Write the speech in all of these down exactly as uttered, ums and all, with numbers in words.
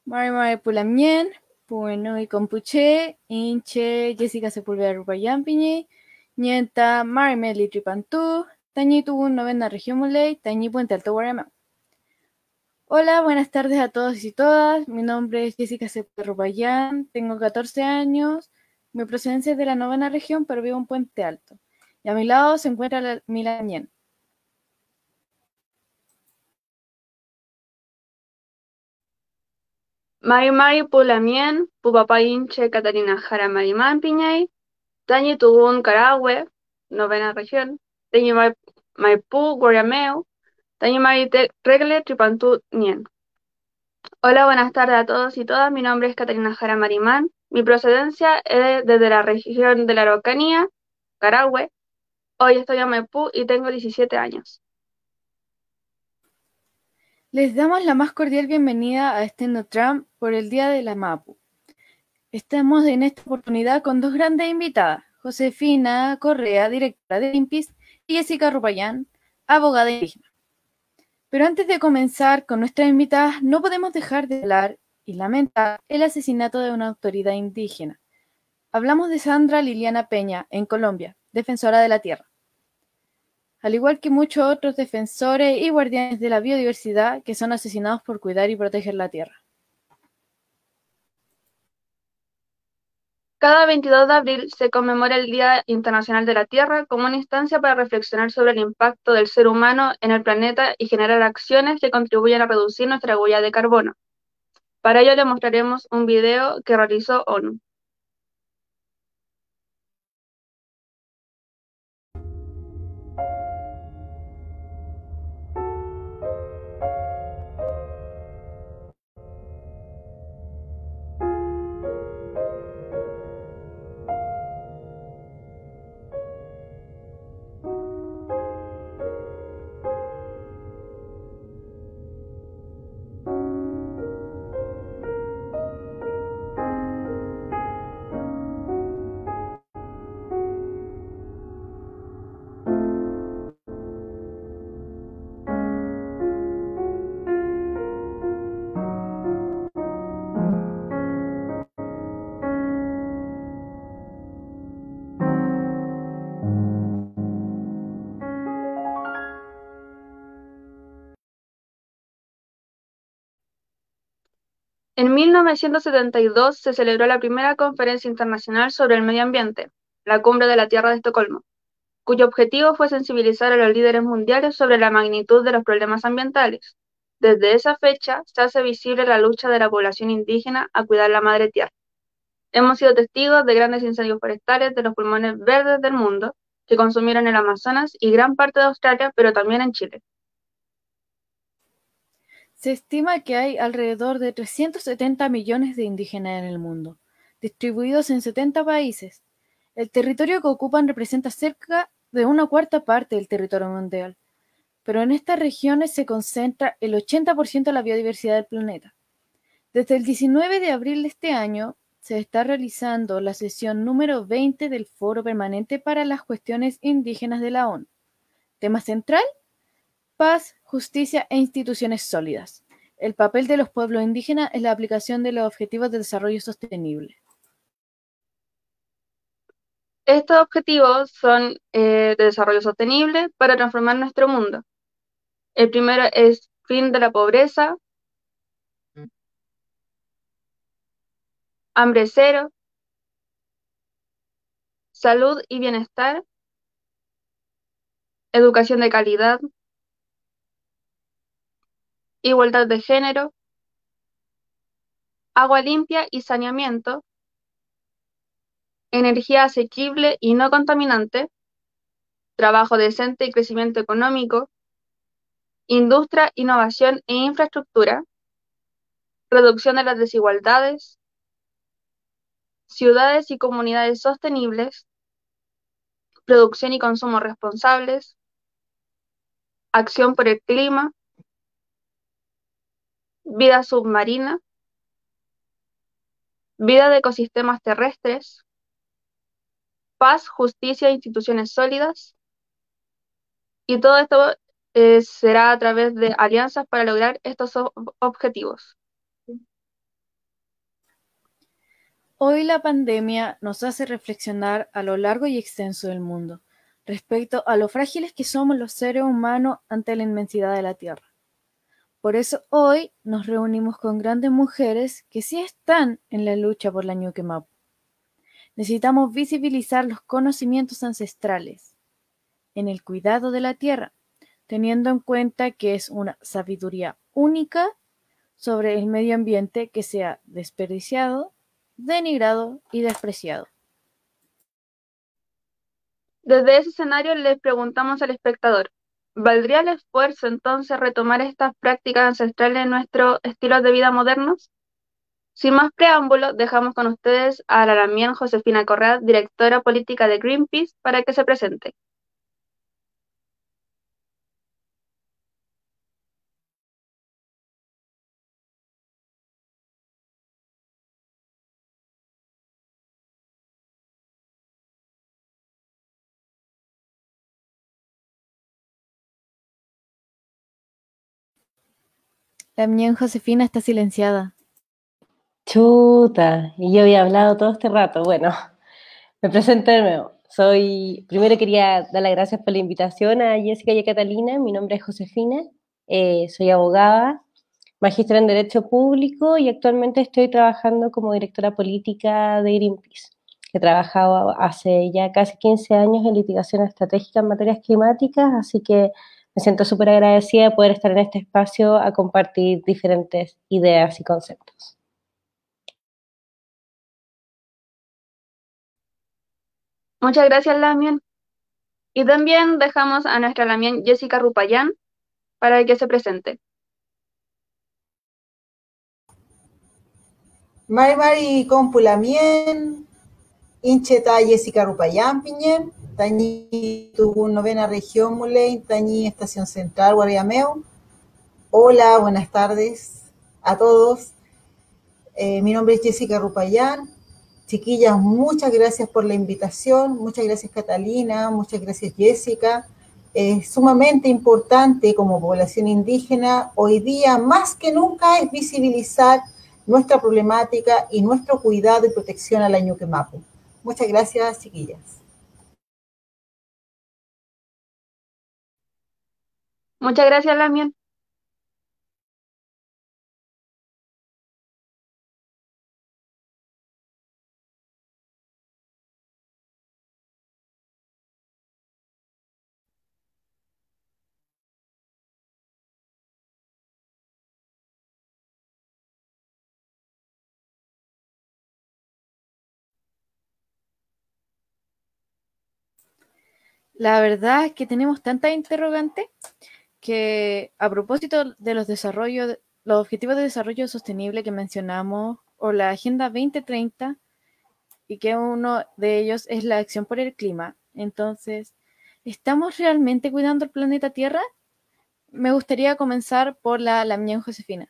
Mari Mari Pulamien, Puenui Compuche, Inche, Jessica Sepúlveda Rupayan Piñe, Nienta, Mari Meli Tripantú, Tañi Tubun Novena Región Muley, Tañi Puente Alto Guaramá. Hola, buenas tardes a todos y todas. Mi nombre es Jessica Sepúlveda Rupayan, tengo catorce años, mi procedencia es de la novena región, pero vivo en Puente Alto. Y a mi lado se encuentra la Milanien. Mari Mari Pulamien, Pupapainche Catarina Jara Marimán Piñay, Tañi Tubún Carahue, novena región, Tañi Mai- Maipú Guarameu, Tañi Mari Te- Regle Tripantú Nien. Hola, buenas tardes a todos y todas. Mi nombre es Catarina Jara Marimán. Mi procedencia es desde la región de la Araucanía, Carahue. Hoy estoy en Maipú y tengo diecisiete años. Les damos la más cordial bienvenida a este Notram por el Día de la Mapu. Estamos en esta oportunidad con dos grandes invitadas, Josefina Correa, directora de Greenpeace, y Jessica Rupayán, abogada indígena. Pero antes de comenzar con nuestras invitadas, no podemos dejar de hablar y lamentar el asesinato de una autoridad indígena. Hablamos de Sandra Liliana Peña, en Colombia, defensora de la tierra. Al igual que muchos otros defensores y guardianes de la biodiversidad que son asesinados por cuidar y proteger la tierra. Cada veintidós de abril se conmemora el Día Internacional de la Tierra como una instancia para reflexionar sobre el impacto del ser humano en el planeta y generar acciones que contribuyan a reducir nuestra huella de carbono. Para ello le mostraremos un video que realizó ONU. En mil novecientos setenta y dos se celebró la primera Conferencia Internacional sobre el Medio Ambiente, la Cumbre de la Tierra de Estocolmo, cuyo objetivo fue sensibilizar a los líderes mundiales sobre la magnitud de los problemas ambientales. Desde esa fecha se hace visible la lucha de la población indígena a cuidar la madre tierra. Hemos sido testigos de grandes incendios forestales de los pulmones verdes del mundo que consumieron el Amazonas y gran parte de Australia, pero también en Chile. Se estima que hay alrededor de trescientos setenta millones de indígenas en el mundo, distribuidos en setenta países. El territorio que ocupan representa cerca de una cuarta parte del territorio mundial, pero en estas regiones se concentra el ochenta por ciento de la biodiversidad del planeta. Desde el diecinueve de abril de este año se está realizando la sesión número veinte del Foro Permanente para las Cuestiones Indígenas de la ONU. Tema central: paz, justicia e instituciones sólidas. El papel de los pueblos indígenas en la aplicación de los objetivos de desarrollo sostenible. Estos objetivos son eh, de desarrollo sostenible para transformar nuestro mundo. El primero es fin de la pobreza, hambre cero, salud y bienestar, educación de calidad, igualdad de género, agua limpia y saneamiento, energía asequible y no contaminante, trabajo decente y crecimiento económico, industria, innovación e infraestructura, reducción de las desigualdades, ciudades y comunidades sostenibles, producción y consumo responsables, acción por el clima, vida submarina, vida de ecosistemas terrestres, paz, justicia e instituciones sólidas, y todo esto eh, será a través de alianzas para lograr estos ob- objetivos. Hoy la pandemia nos hace reflexionar a lo largo y extenso del mundo, respecto a lo frágiles que somos los seres humanos ante la inmensidad de la Tierra. Por eso hoy nos reunimos con grandes mujeres que sí están en la lucha por la Ñuque Mapu. Necesitamos visibilizar los conocimientos ancestrales en el cuidado de la tierra, teniendo en cuenta que es una sabiduría única sobre el medio ambiente que se ha desperdiciado, denigrado y despreciado. Desde ese escenario les preguntamos al espectador, ¿valdría el esfuerzo entonces retomar estas prácticas ancestrales en nuestros estilos de vida modernos? Sin más preámbulo, dejamos con ustedes a la Lamien Josefina Correa, directora política de Greenpeace, para que se presente. La Mien Josefina está silenciada. Chuta, y yo había hablado todo este rato. Bueno, me presento de nuevo. Soy, primero quería dar las gracias por la invitación a Jessica y a Catalina. Mi nombre es Josefina, eh, soy abogada, magíster en Derecho Público y actualmente estoy trabajando como directora política de Greenpeace. He trabajado hace ya casi quince años en litigación estratégica en materias climáticas, así que me siento súper agradecida de poder estar en este espacio a compartir diferentes ideas y conceptos. Muchas gracias, Lamien. Y también dejamos a nuestra Lamien Jessica Rupayán para que se presente. Mari Mari Compulamien, Incheta Jessica Rupayán Piñén, Tañi tu novena región Muley, Tañi Estación Central Guariameo. Hola, buenas tardes a todos. Eh, mi nombre es Jessica Rupayán. Chiquillas, muchas gracias por la invitación, muchas gracias Catalina, muchas gracias Jessica. Es eh, sumamente importante como población indígena, hoy día más que nunca es visibilizar nuestra problemática y nuestro cuidado y protección a la Ñuque Mapu. Muchas gracias, chiquillas. Muchas gracias, Lamien. La verdad es que tenemos tantas interrogantes que a propósito de los desarrollos, los objetivos de desarrollo sostenible que mencionamos, o la Agenda veinte treinta, y que uno de ellos es la acción por el clima. Entonces, ¿estamos realmente cuidando el planeta Tierra? Me gustaría comenzar por la Lamien Josefina.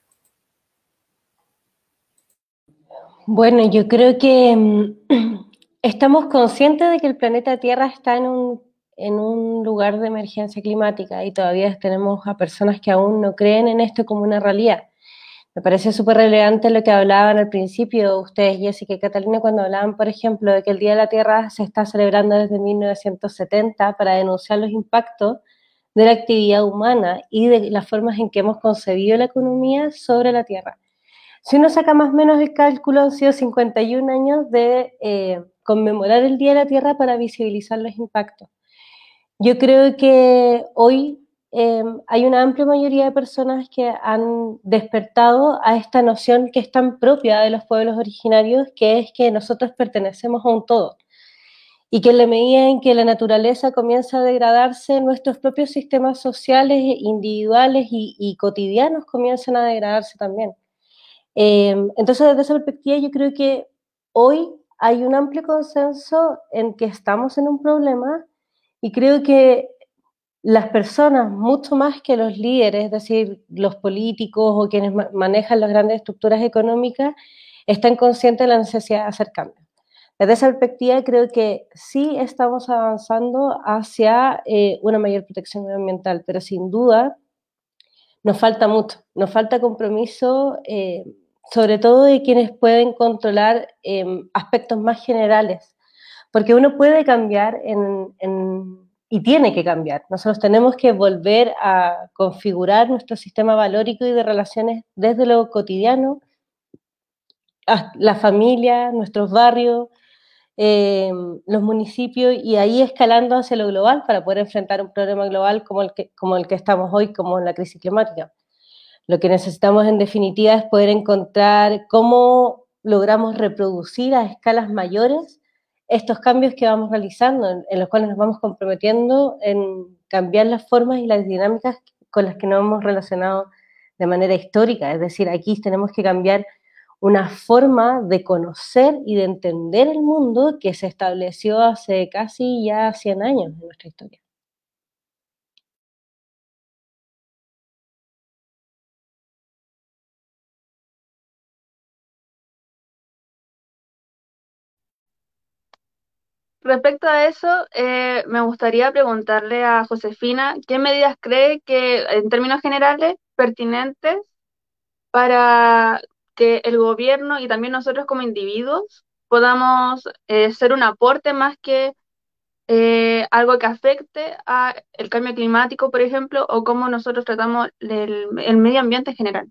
Bueno, yo creo que mmm, estamos conscientes de que el planeta Tierra está en un, en un lugar de emergencia climática y todavía tenemos a personas que aún no creen en esto como una realidad. Me parece súper relevante lo que hablaban al principio ustedes, Jessica y Catalina, cuando hablaban, por ejemplo, de que el Día de la Tierra se está celebrando desde mil novecientos setenta para denunciar los impactos de la actividad humana y de las formas en que hemos concebido la economía sobre la Tierra. Si uno saca más o menos el cálculo, han sido cincuenta y un años de eh, conmemorar el Día de la Tierra para visibilizar los impactos. Yo creo que hoy eh, hay una amplia mayoría de personas que han despertado a esta noción que es tan propia de los pueblos originarios, que es que nosotros pertenecemos a un todo. Y que en la medida en que la naturaleza comienza a degradarse, nuestros propios sistemas sociales, individuales y, y cotidianos comienzan a degradarse también. Eh, entonces, desde esa perspectiva, yo creo que hoy hay un amplio consenso en que estamos en un problema y creo que las personas, mucho más que los líderes, es decir, los políticos o quienes ma manejan las grandes estructuras económicas, están conscientes de la necesidad de hacer cambios. Desde esa perspectiva, creo que sí estamos avanzando hacia eh, una mayor protección medioambiental, pero sin duda nos falta mucho, nos falta compromiso eh, sobre todo de quienes pueden controlar eh, aspectos más generales, porque uno puede cambiar en, en, y tiene que cambiar. Nosotros tenemos que volver a configurar nuestro sistema valórico y de relaciones desde lo cotidiano, a la familia, nuestros barrios, eh, los municipios, y ahí escalando hacia lo global para poder enfrentar un problema global como el que, como el que estamos hoy, como la crisis climática. Lo que necesitamos en definitiva es poder encontrar cómo logramos reproducir a escalas mayores estos cambios que vamos realizando, en, en los cuales nos vamos comprometiendo en cambiar las formas y las dinámicas con las que nos hemos relacionado de manera histórica. Es decir, aquí tenemos que cambiar una forma de conocer y de entender el mundo que se estableció hace casi ya cien años en nuestra historia. Respecto a eso, eh, me gustaría preguntarle a Josefina qué medidas cree que, en términos generales, pertinentes para que el gobierno y también nosotros como individuos podamos eh, ser un aporte más que eh, algo que afecte al cambio climático, por ejemplo, o cómo nosotros tratamos el, el medio ambiente en general.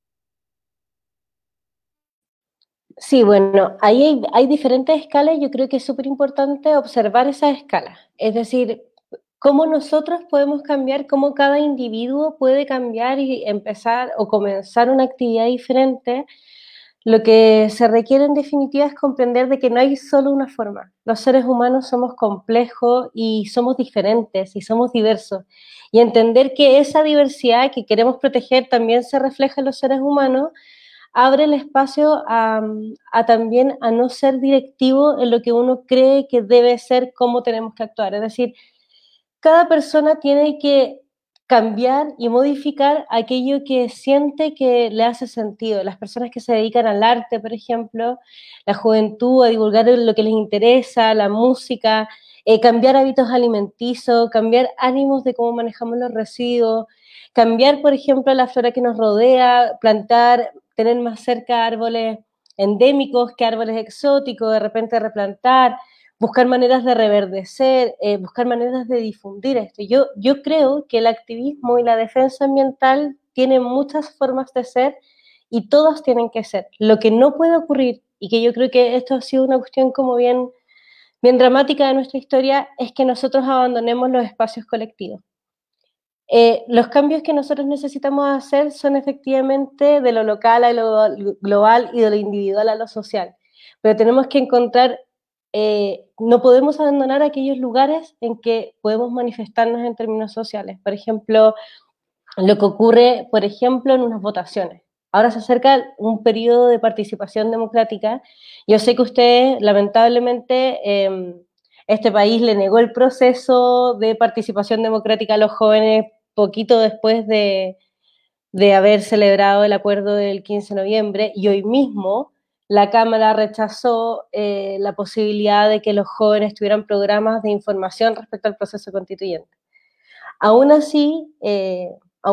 Sí, bueno, ahí hay, hay diferentes escalas y yo creo que es súper importante observar esas escalas. Es decir, cómo nosotros podemos cambiar, cómo cada individuo puede cambiar y empezar o comenzar una actividad diferente. Lo que se requiere en definitiva es comprender de que no hay solo una forma. Los seres humanos somos complejos y somos diferentes y somos diversos. Y entender que esa diversidad que queremos proteger también se refleja en los seres humanos, abre el espacio a, a también a no ser directivo en lo que uno cree que debe ser, cómo tenemos que actuar. Es decir, cada persona tiene que cambiar y modificar aquello que siente que le hace sentido. Las personas que se dedican al arte, por ejemplo, la juventud, a divulgar lo que les interesa, la música, eh, cambiar hábitos alimenticios, cambiar ánimos de cómo manejamos los residuos, cambiar, por ejemplo, la flora que nos rodea, plantar, tener más cerca árboles endémicos que árboles exóticos, de repente replantar, buscar maneras de reverdecer, eh, buscar maneras de difundir esto. Yo, yo creo que el activismo y la defensa ambiental tienen muchas formas de ser y todas tienen que ser. Lo que no puede ocurrir, y que yo creo que esto ha sido una cuestión como bien, bien dramática de nuestra historia, es que nosotros abandonemos los espacios colectivos. Eh, los cambios que nosotros necesitamos hacer son efectivamente de lo local a lo global y de lo individual a lo social, pero tenemos que encontrar, eh, no podemos abandonar aquellos lugares en que podemos manifestarnos en términos sociales. Por ejemplo, lo que ocurre, por ejemplo, en unas votaciones. Ahora se acerca un periodo de participación democrática. Yo sé que ustedes, lamentablemente, eh, este país le negó el proceso de participación democrática a los jóvenes poquito después de, de haber celebrado el acuerdo del quince de noviembre, y hoy mismo la Cámara rechazó eh, la posibilidad de que los jóvenes tuvieran programas de información respecto al proceso constituyente. Aún así, eh,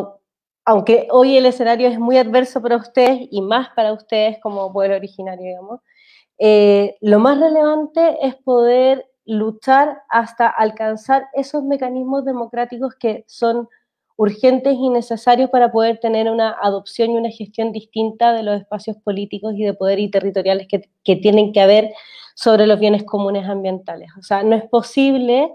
aunque hoy el escenario es muy adverso para ustedes y más para ustedes como pueblo originario, digamos, eh, lo más relevante es poder luchar hasta alcanzar esos mecanismos democráticos que son urgentes y necesarios para poder tener una adopción y una gestión distinta de los espacios políticos y de poder y territoriales que, que tienen que haber sobre los bienes comunes ambientales. O sea, no es posible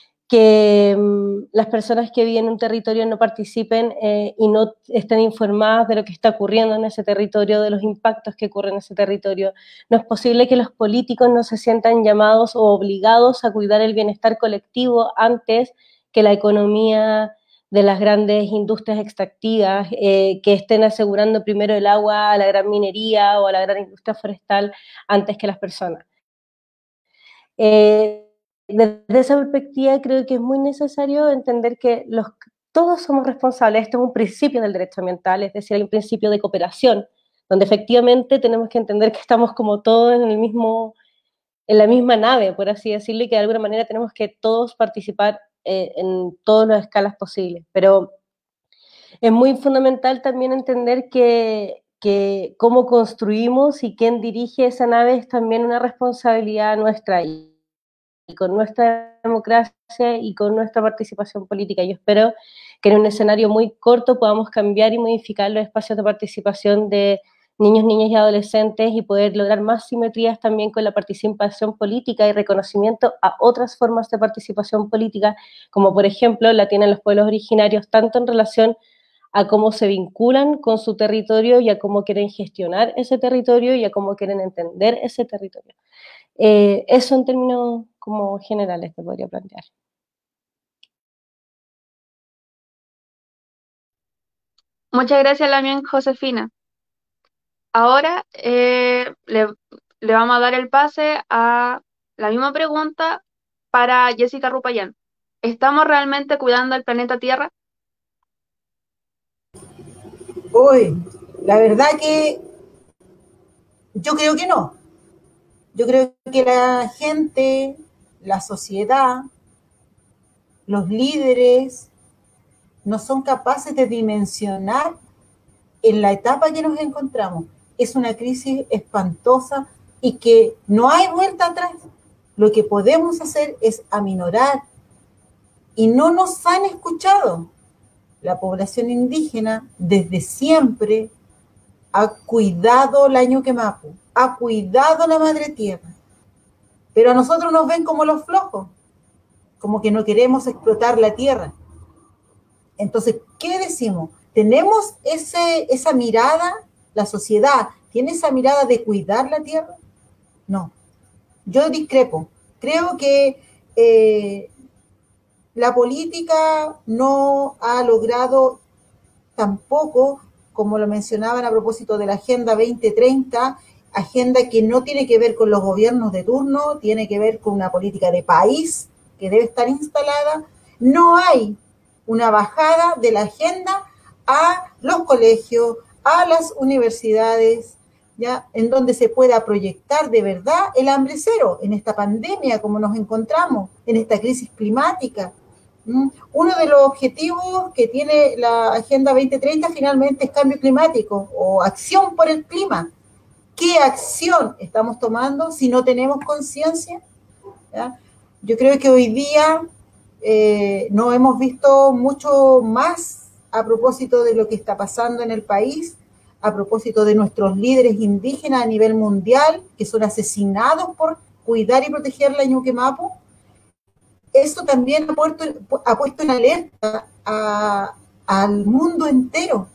que um, las personas que viven en un territorio no participen eh, y no estén informadas de lo que está ocurriendo en ese territorio, de los impactos que ocurren en ese territorio. No es posible que los políticos no se sientan llamados o obligados a cuidar el bienestar colectivo antes que la economía de las grandes industrias extractivas, eh, que estén asegurando primero el agua a la gran minería o a la gran industria forestal antes que las personas. Eh, Desde esa perspectiva creo que es muy necesario entender que los, todos somos responsables. Esto es un principio del derecho ambiental, es decir, hay un principio de cooperación, donde efectivamente tenemos que entender que estamos como todos en el mismo, en la misma nave, por así decirlo, y que de alguna manera tenemos que todos participar eh, en todas las escalas posibles. Pero es muy fundamental también entender que, que cómo construimos y quién dirige esa nave es también una responsabilidad nuestra, y, y con nuestra democracia y con nuestra participación política. Yo espero que en un escenario muy corto podamos cambiar y modificar los espacios de participación de niños, niñas y adolescentes y poder lograr más simetrías también con la participación política y reconocimiento a otras formas de participación política, como por ejemplo la tienen los pueblos originarios, tanto en relación a cómo se vinculan con su territorio y a cómo quieren gestionar ese territorio y a cómo quieren entender ese territorio. Eh, eso en términos como generales te podría plantear. Muchas gracias, Lamien Josefina. Ahora eh, le, le vamos a dar el pase a la misma pregunta para Jessica Rupayán. ¿Estamos realmente cuidando el planeta Tierra? Uy, la verdad que yo creo que no. Yo creo que la gente, la sociedad, los líderes no son capaces de dimensionar en la etapa que nos encontramos. Es una crisis espantosa y que no hay vuelta atrás. Lo que podemos hacer es aminorar, y no nos han escuchado. La población indígena desde siempre ha cuidado la Ñuquemapu, ha cuidado la madre tierra, pero a nosotros nos ven como los flojos, como que no queremos explotar la tierra. Entonces, ¿qué decimos? ¿Tenemos ese, esa mirada? ¿La sociedad tiene esa mirada de cuidar la tierra? No, yo discrepo. Creo que eh, la política no ha logrado tampoco, como lo mencionaban a propósito de la Agenda veinte treinta, agenda que no tiene que ver con los gobiernos de turno, tiene que ver con una política de país que debe estar instalada. No hay una bajada de la agenda a los colegios, a las universidades, ¿ya? En donde se pueda proyectar de verdad el hambre cero en esta pandemia, como nos encontramos, en esta crisis climática. ¿Mm? Uno de los objetivos que tiene la Agenda veinte treinta finalmente es cambio climático o acción por el clima. ¿Qué acción estamos tomando si no tenemos conciencia? Yo creo que hoy día eh, no hemos visto mucho más a propósito de lo que está pasando en el país, a propósito de nuestros líderes indígenas a nivel mundial, que son asesinados por cuidar y proteger la Ñuquemapu. Eso también ha puesto, ha puesto en alerta a, al mundo entero.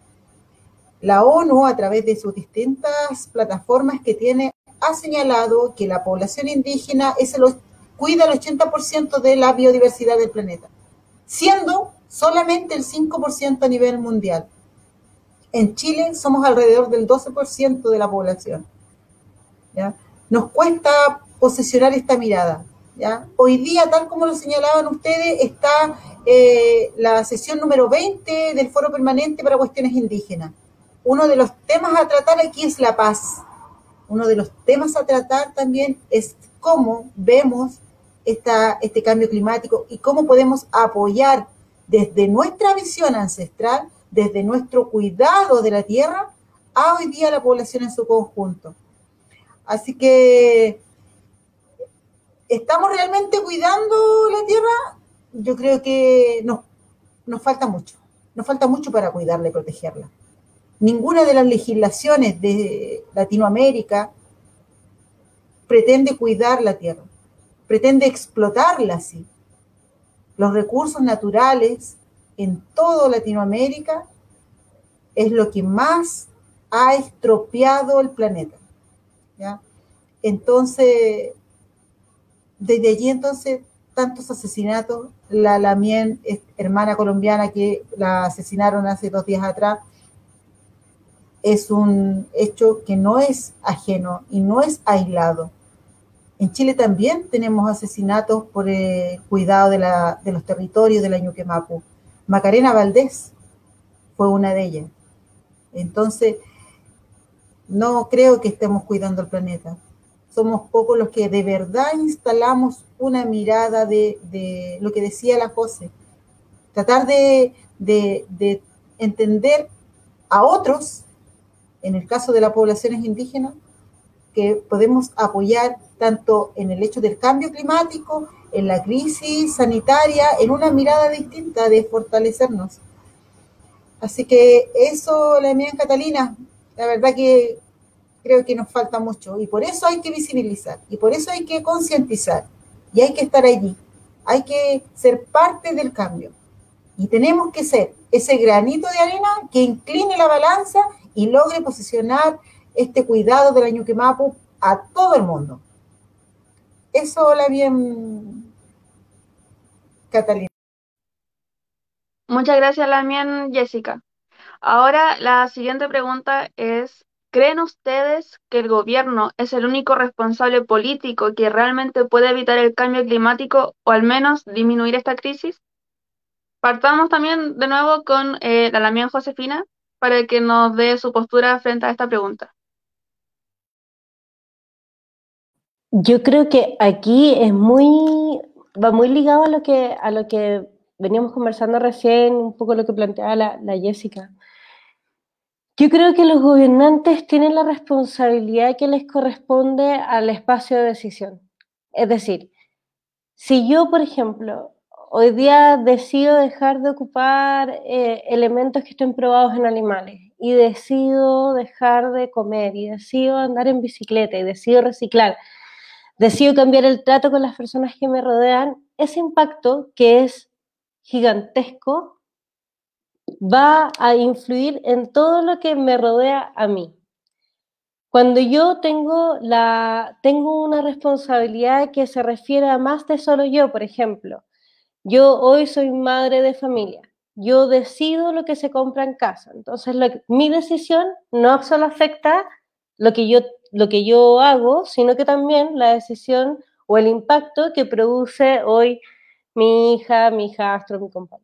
La ONU, a través de sus distintas plataformas que tiene, ha señalado que la población indígena es el, cuida el ochenta por ciento de la biodiversidad del planeta, siendo solamente el cinco por ciento a nivel mundial. En Chile somos alrededor del doce por ciento de la población. ¿Ya? Nos cuesta posicionar esta mirada. ¿Ya? Hoy día, tal como lo señalaban ustedes, está eh, la sesión número veinte del Foro Permanente para Cuestiones Indígenas. Uno de los temas a tratar aquí es la paz. Uno de los temas a tratar también es cómo vemos esta, este cambio climático y cómo podemos apoyar desde nuestra visión ancestral, desde nuestro cuidado de la tierra, a hoy día la población en su conjunto. Así que, ¿estamos realmente cuidando la tierra? Yo creo que no, nos falta mucho. Nos falta mucho para cuidarla y protegerla. Ninguna de las legislaciones de Latinoamérica pretende cuidar la tierra, pretende explotarla así. Los recursos naturales en toda Latinoamérica es lo que más ha estropeado el planeta, ¿ya? Entonces, desde allí entonces, tantos asesinatos. La Lamien, hermana colombiana que la asesinaron hace dos días atrás, es un hecho que no es ajeno y no es aislado. En Chile también tenemos asesinatos por el cuidado de, la, de los territorios de la Ñuquemapu. Macarena Valdés fue una de ellas. Entonces, no creo que estemos cuidando el planeta. Somos pocos los que de verdad instalamos una mirada de, de lo que decía la José. Tratar de, de, de entender a otros en el caso de las poblaciones indígenas, que podemos apoyar tanto en el hecho del cambio climático, en la crisis sanitaria, en una mirada distinta de fortalecernos. Así que eso, la mía Catalina, la verdad que creo que nos falta mucho y por eso hay que visibilizar y por eso hay que concientizar y hay que estar allí, hay que ser parte del cambio y tenemos que ser ese granito de arena que incline la balanza y logre posicionar este cuidado del Ñuquemapu a todo el mundo. Eso la bien, Catalina. Muchas gracias, Lamien, Jessica. Ahora la siguiente pregunta es, ¿creen ustedes que el gobierno es el único responsable político que realmente puede evitar el cambio climático o al menos disminuir esta crisis? Partamos también de nuevo con eh, la Lamien Josefina para que nos dé su postura frente a esta pregunta. Yo creo que aquí es muy, va muy ligado a lo que, a lo que veníamos conversando recién, un poco lo que planteaba la, la Jessica. Yo creo que los gobernantes tienen la responsabilidad que les corresponde al espacio de decisión. Es decir, si yo, por ejemplo, hoy día decido dejar de ocupar eh, elementos que estén probados en animales y decido dejar de comer y decido andar en bicicleta y decido reciclar, decido cambiar el trato con las personas que me rodean, ese impacto que es gigantesco va a influir en todo lo que me rodea a mí. Cuando yo tengo, la, tengo una responsabilidad que se refiere a más de solo yo, por ejemplo, yo hoy soy madre de familia, yo decido lo que se compra en casa, entonces lo, mi decisión no solo afecta lo que, yo, lo que yo hago, sino que también la decisión o el impacto que produce hoy mi hija, mi hijastro, mi compañero.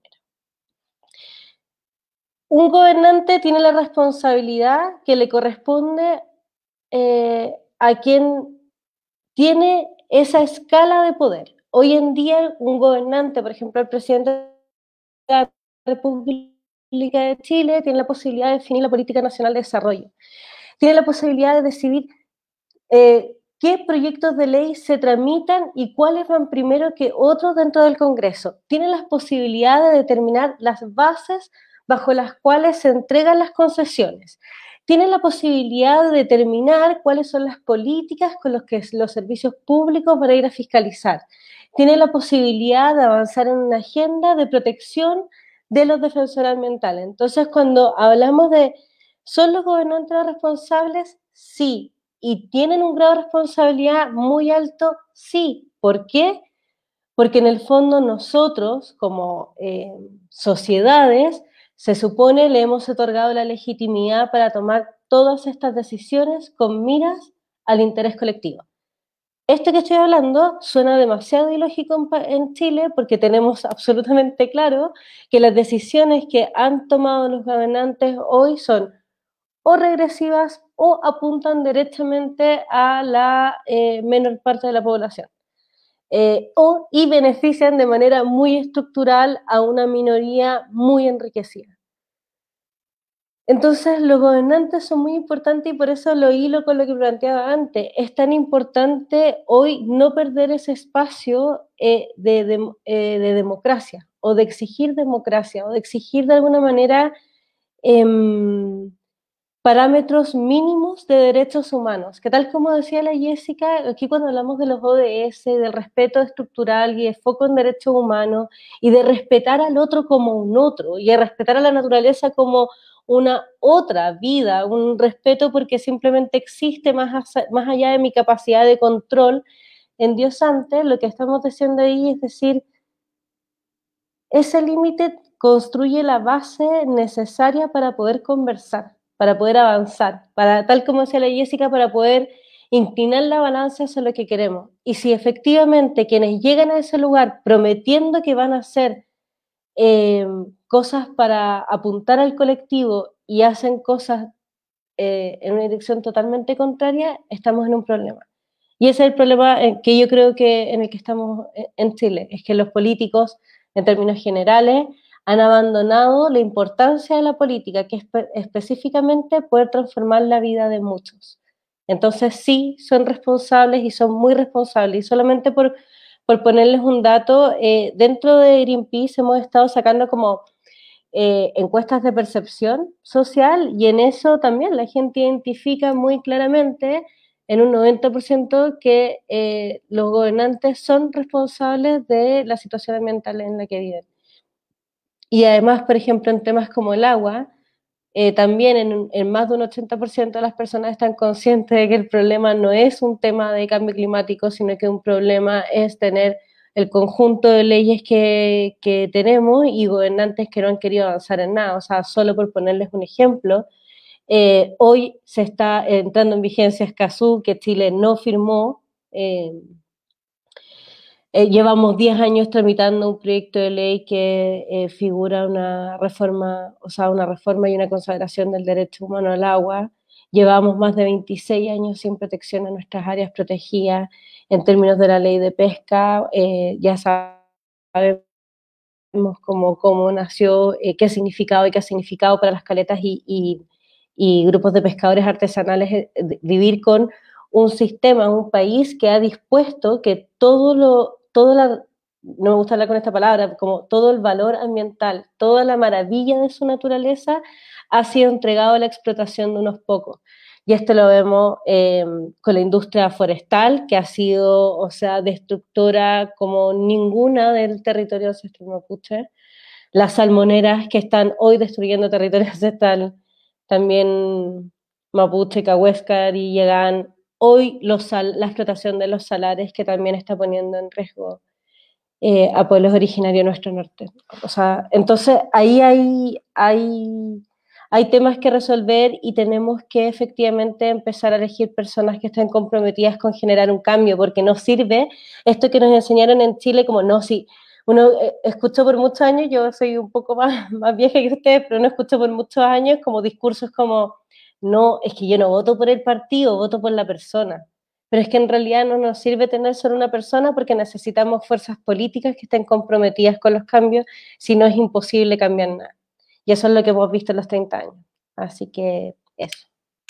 Un gobernante tiene la responsabilidad que le corresponde eh, a quien tiene esa escala de poder. Hoy en día un gobernante, por ejemplo el presidente de la República de Chile, tiene la posibilidad de definir la política nacional de desarrollo. Tiene la posibilidad de decidir eh, qué proyectos de ley se tramitan y cuáles van primero que otros dentro del Congreso. Tiene las posibilidades de determinar las bases bajo las cuales se entregan las concesiones. Tiene la posibilidad de determinar cuáles son las políticas con las que los servicios públicos van a ir a fiscalizar. Tiene la posibilidad de avanzar en una agenda de protección de los defensores ambientales. Entonces, cuando hablamos de, ¿son los gobernantes los responsables? Sí. ¿Y tienen un grado de responsabilidad muy alto? Sí. ¿Por qué? Porque en el fondo nosotros, como eh, sociedades, se supone le hemos otorgado la legitimidad para tomar todas estas decisiones con miras al interés colectivo. Esto que estoy hablando suena demasiado ilógico en Chile porque tenemos absolutamente claro que las decisiones que han tomado los gobernantes hoy son o regresivas o apuntan directamente a la eh, menor parte de la población. Eh, o, y benefician de manera muy estructural a una minoría muy enriquecida. Entonces los gobernantes son muy importantes y por eso lo hilo con lo que planteaba antes. Es tan importante hoy no perder ese espacio eh, de, de, eh, de democracia o de exigir democracia o de exigir de alguna manera eh, parámetros mínimos de derechos humanos, que tal como decía la Jessica, aquí cuando hablamos de los O D S, del respeto estructural y de foco en derechos humanos y de respetar al otro como un otro y de respetar a la naturaleza como una otra vida, un respeto porque simplemente existe más, más allá de mi capacidad de control endiosante, lo que estamos diciendo ahí es decir, ese límite construye la base necesaria para poder conversar, para poder avanzar, para, tal como decía la Jessica, para poder inclinar la balanza hacia lo que queremos. Y si efectivamente quienes llegan a ese lugar prometiendo que van a hacer eh, cosas para apuntar al colectivo y hacen cosas eh, en una dirección totalmente contraria, estamos en un problema. Y ese es el problema que yo creo que en el que estamos en Chile, es que los políticos, en términos generales, han abandonado la importancia de la política, que es específicamente poder transformar la vida de muchos. Entonces sí, son responsables y son muy responsables, y solamente por, por ponerles un dato, eh, dentro de Greenpeace hemos estado sacando como eh, encuestas de percepción social, y en eso también la gente identifica muy claramente en un noventa por ciento que eh, los gobernantes son responsables de la situación ambiental en la que viven. Y además, por ejemplo, en temas como el agua, eh, también en, en más de un ochenta por ciento de las personas están conscientes de que el problema no es un tema de cambio climático, sino que un problema es tener el conjunto de leyes que, que tenemos y gobernantes que no han querido avanzar en nada. O sea, solo por ponerles un ejemplo, eh, hoy se está entrando en vigencia Escazú, que Chile no firmó. Eh, eh, llevamos diez años tramitando un proyecto de ley que eh, figura una reforma, o sea, una reforma y una consagración del derecho humano al agua. Llevamos más de veintiséis años sin protección en nuestras áreas protegidas. En términos de la ley de pesca, eh, ya sabemos cómo, cómo nació, eh, qué significado y qué ha significado para las caletas y, y, y grupos de pescadores artesanales eh, vivir con un sistema, un país que ha dispuesto que todo lo, todo la, no me gusta hablar con esta palabra, como todo el valor ambiental, toda la maravilla de su naturaleza ha sido entregado a la explotación de unos pocos. Y esto lo vemos eh, con la industria forestal, que ha sido, o sea, destructora como ninguna del territorio ancestral mapuche. Las salmoneras que están hoy destruyendo territorio ancestral, también mapuche, cahuéscar, y llegan hoy los sal, la explotación de los salares, que también está poniendo en riesgo eh, a pueblos originarios de nuestro norte. O sea, entonces ahí hay, hay, hay temas que resolver, y tenemos que efectivamente empezar a elegir personas que estén comprometidas con generar un cambio, porque no sirve esto que nos enseñaron en Chile como no, si uno eh, escuchó por muchos años, yo soy un poco más, más vieja que ustedes, pero uno escuchó por muchos años como discursos como, no, es que yo no voto por el partido, voto por la persona. Pero es que en realidad no nos sirve tener solo una persona, porque necesitamos fuerzas políticas que estén comprometidas con los cambios, si no es imposible cambiar nada. Y eso es lo que hemos visto en los treinta años. Así que eso.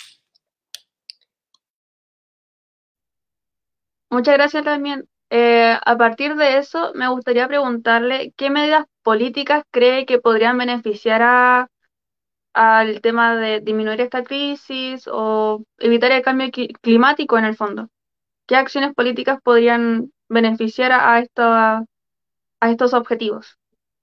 Muchas gracias también. Eh, a partir de eso, me gustaría preguntarle qué medidas políticas cree que podrían beneficiar a, al tema de disminuir esta crisis o evitar el cambio cli- climático en el fondo. ¿Qué acciones políticas podrían beneficiar a, a esto- a estos objetivos?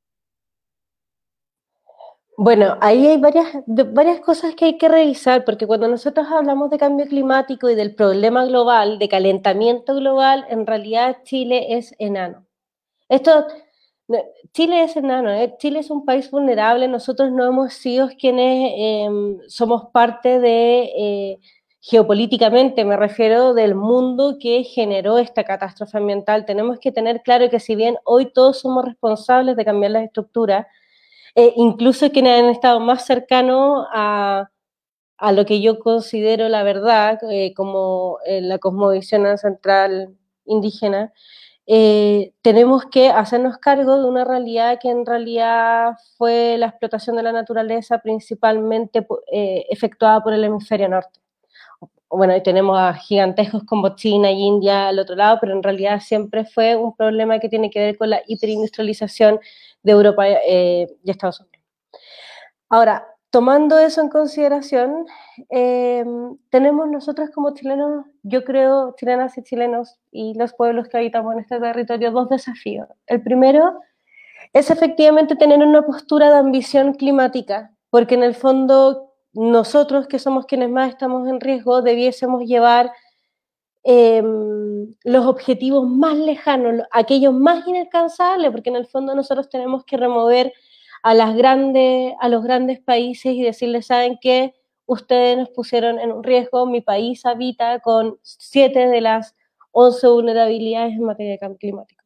Bueno, ahí hay varias, de- varias cosas que hay que revisar, porque cuando nosotros hablamos de cambio climático y del problema global, de calentamiento global, en realidad Chile es enano. Esto, no, Chile es enano, ¿eh? Chile es un país vulnerable, nosotros no hemos sido quienes eh, somos parte de, eh, geopolíticamente me refiero, del mundo que generó esta catástrofe ambiental. Tenemos que tener claro que si bien hoy todos somos responsables de cambiar las estructuras, eh, incluso quienes han estado más cercanos a, a lo que yo considero la verdad, eh, como eh, la cosmovisión ancestral indígena, eh, tenemos que hacernos cargo de una realidad que en realidad fue la explotación de la naturaleza principalmente eh, efectuada por el hemisferio norte. Bueno, y tenemos a gigantescos como China y India al otro lado, pero en realidad siempre fue un problema que tiene que ver con la hiperindustrialización de Europa eh, y Estados Unidos. Ahora, tomando eso en consideración, eh, tenemos nosotros como chilenos, yo creo, chilenas y chilenos y los pueblos que habitamos en este territorio, dos desafíos. El primero es efectivamente tener una postura de ambición climática, porque en el fondo nosotros, que somos quienes más estamos en riesgo, debiésemos llevar eh, los objetivos más lejanos, aquellos más inalcanzables, porque en el fondo nosotros tenemos que remover a, las grandes, a los grandes países y decirles, ¿saben qué? Ustedes nos pusieron en un riesgo, mi país habita con siete de las once vulnerabilidades en materia de cambio climático.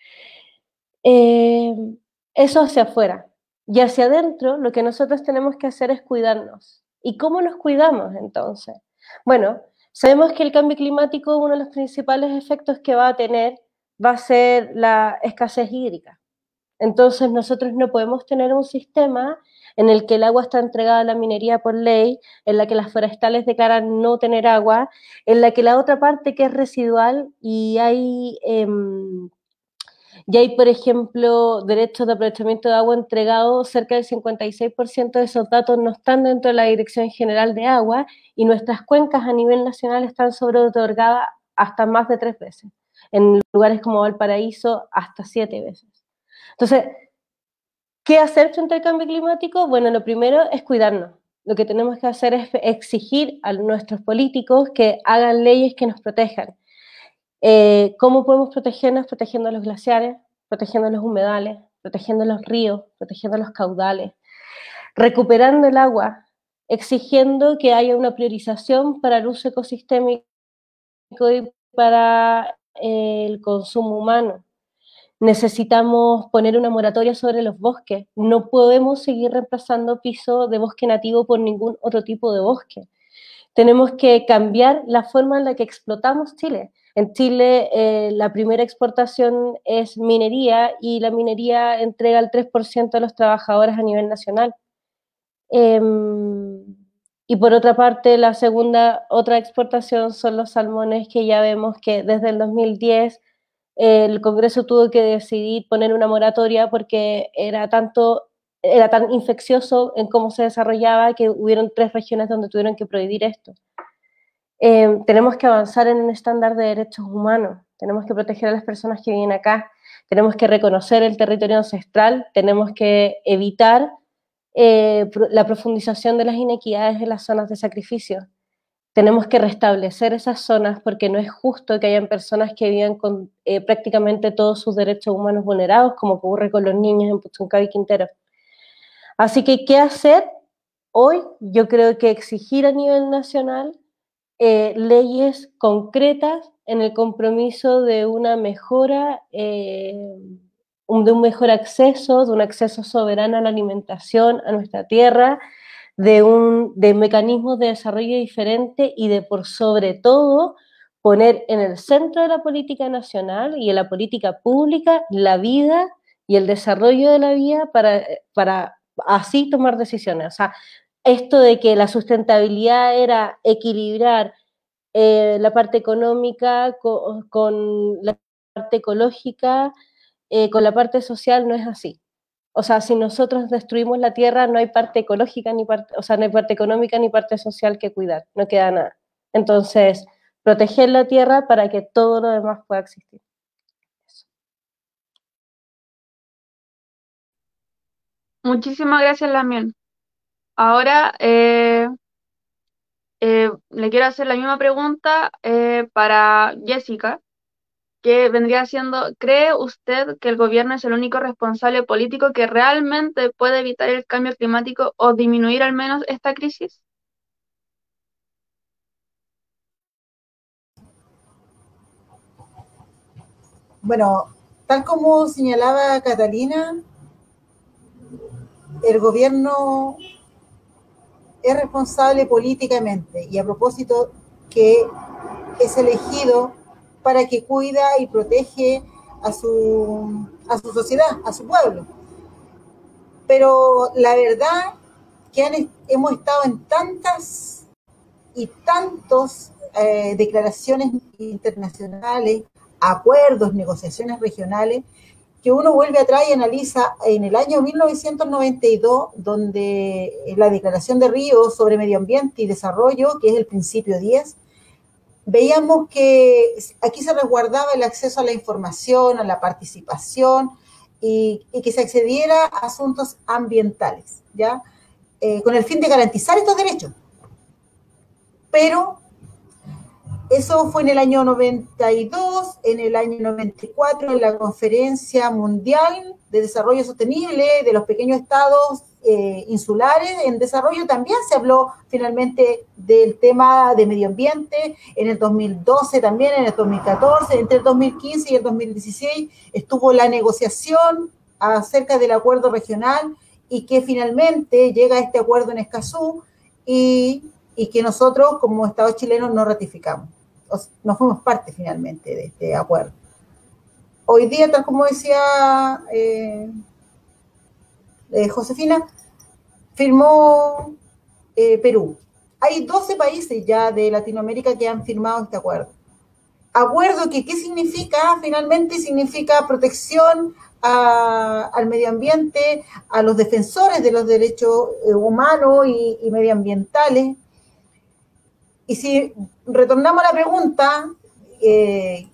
Eh, eso hacia afuera. Y hacia adentro lo que nosotros tenemos que hacer es cuidarnos. ¿Y cómo nos cuidamos entonces? Bueno, sabemos que el cambio climático, uno de los principales efectos que va a tener va a ser la escasez hídrica. Entonces nosotros no podemos tener un sistema en el que el agua está entregada a la minería por ley, en la que las forestales declaran no tener agua, en la que la otra parte que es residual y hay, eh, y hay por ejemplo, derechos de aprovechamiento de agua entregados, cerca del cincuenta y seis por ciento de esos datos no están dentro de la Dirección General de Agua y nuestras cuencas a nivel nacional están sobreotorgadas hasta más de tres veces, en lugares como Valparaíso hasta siete veces. Entonces, ¿qué hacer frente al cambio climático? Bueno, lo primero es cuidarnos. Lo que tenemos que hacer es exigir a nuestros políticos que hagan leyes que nos protejan. Eh, ¿Cómo podemos protegernos? Protegiendo los glaciares, protegiendo los humedales, protegiendo los ríos, protegiendo los caudales, recuperando el agua, exigiendo que haya una priorización para el uso ecosistémico y para eh, el consumo humano. Necesitamos poner una moratoria sobre los bosques. No podemos seguir reemplazando piso de bosque nativo por ningún otro tipo de bosque. Tenemos que cambiar la forma en la que explotamos Chile. En Chile eh, la primera exportación es minería y la minería entrega el tres por ciento de los trabajadores a nivel nacional. Eh, y por otra parte, la segunda, otra exportación son los salmones, que ya vemos que desde el dos mil diez el Congreso tuvo que decidir poner una moratoria porque era tanto, era tan infeccioso en cómo se desarrollaba que hubieron tres regiones donde tuvieron que prohibir esto. Eh, tenemos que avanzar en un estándar de derechos humanos, tenemos que proteger a las personas que viven acá, tenemos que reconocer el territorio ancestral, tenemos que evitar eh, la profundización de las inequidades en las zonas de sacrificio. Tenemos que restablecer esas zonas porque no es justo que hayan personas que vivan con eh, prácticamente todos sus derechos humanos vulnerados, como ocurre con los niños en Puchuncaví y Quintero. Así que, ¿qué hacer hoy? Yo creo que exigir a nivel nacional eh, leyes concretas en el compromiso de una mejora, eh, de un mejor acceso, de un acceso soberano a la alimentación, a nuestra tierra, de, un, de mecanismos de desarrollo diferente y de, por sobre todo, poner en el centro de la política nacional y en la política pública la vida y el desarrollo de la vida para, para así tomar decisiones. O sea, esto de que la sustentabilidad era equilibrar eh, la parte económica con, con la parte ecológica, eh, con la parte social, no es así. O sea, si nosotros destruimos la tierra, no hay parte ecológica, ni parte, o sea, no hay parte económica ni parte social que cuidar, no queda nada. Entonces, proteger la tierra para que todo lo demás pueda existir. Eso. Muchísimas gracias, Lamián. Ahora eh, eh, le quiero hacer la misma pregunta eh, para Jessica, que vendría siendo, ¿cree usted que el gobierno es el único responsable político que realmente puede evitar el cambio climático o disminuir al menos esta crisis? Bueno, tal como señalaba Catalina, el gobierno es responsable políticamente y a propósito que es elegido para que cuida y protege a su, a su sociedad, a su pueblo. Pero la verdad que han, hemos estado en tantas y tantas eh, declaraciones internacionales, acuerdos, negociaciones regionales, que uno vuelve atrás y analiza en el año mil novecientos noventa y dos, donde la Declaración de Río sobre Medio Ambiente y Desarrollo, que es el principio diez, veíamos que aquí se resguardaba el acceso a la información, a la participación y, y que se accediera a asuntos ambientales, ¿ya? Eh, con el fin de garantizar estos derechos. Pero eso fue en el año noventa y dos, en el año noventa y cuatro, en la Conferencia Mundial de Desarrollo Sostenible de los Pequeños Estados eh, Insulares en Desarrollo, también se habló finalmente del tema de medio ambiente. En el dos mil doce también, en el dos mil catorce, entre el dos mil quince y el dos mil dieciséis estuvo la negociación acerca del acuerdo regional y que finalmente llega a este acuerdo en Escazú y, y que nosotros como Estado chileno no ratificamos. No fuimos parte finalmente de este acuerdo. hoy día, tal como decía eh, eh, Josefina, firmó eh, Perú. Hay doce países ya de Latinoamérica que han firmado este acuerdo. Acuerdo que, ¿qué significa? Finalmente significa protección a, al medio ambiente, a los defensores de los derechos humanos y, y medioambientales. Y si retornamos a la pregunta, eh,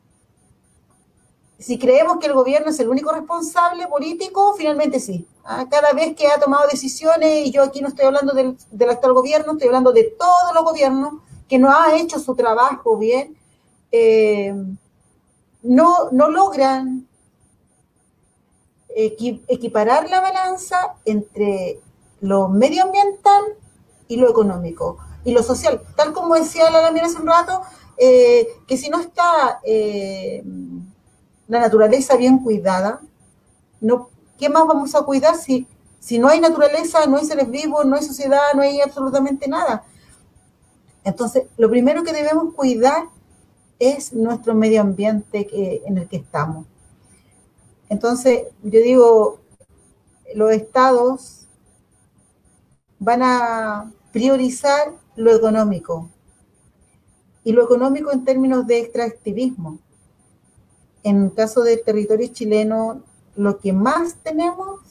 si creemos que el gobierno es el único responsable político, finalmente sí. ¿Ah? Cada vez que ha tomado decisiones, y yo aquí no estoy hablando del, del actual gobierno, estoy hablando de todos los gobiernos que no han hecho su trabajo bien, eh, no, no logran equi, equiparar la balanza entre lo medioambiental y lo económico, y lo social. Tal como decía la Lamira hace un rato, eh, que si no está... Eh, la naturaleza bien cuidada, no, ¿qué más vamos a cuidar si, si no hay naturaleza, no hay seres vivos, no hay sociedad, no hay absolutamente nada? Entonces, lo primero que debemos cuidar es nuestro medio ambiente que, en el que estamos. Entonces, yo digo, los estados van a priorizar lo económico, y lo económico en términos de extractivismo. En el caso del territorio chileno, lo que más tenemos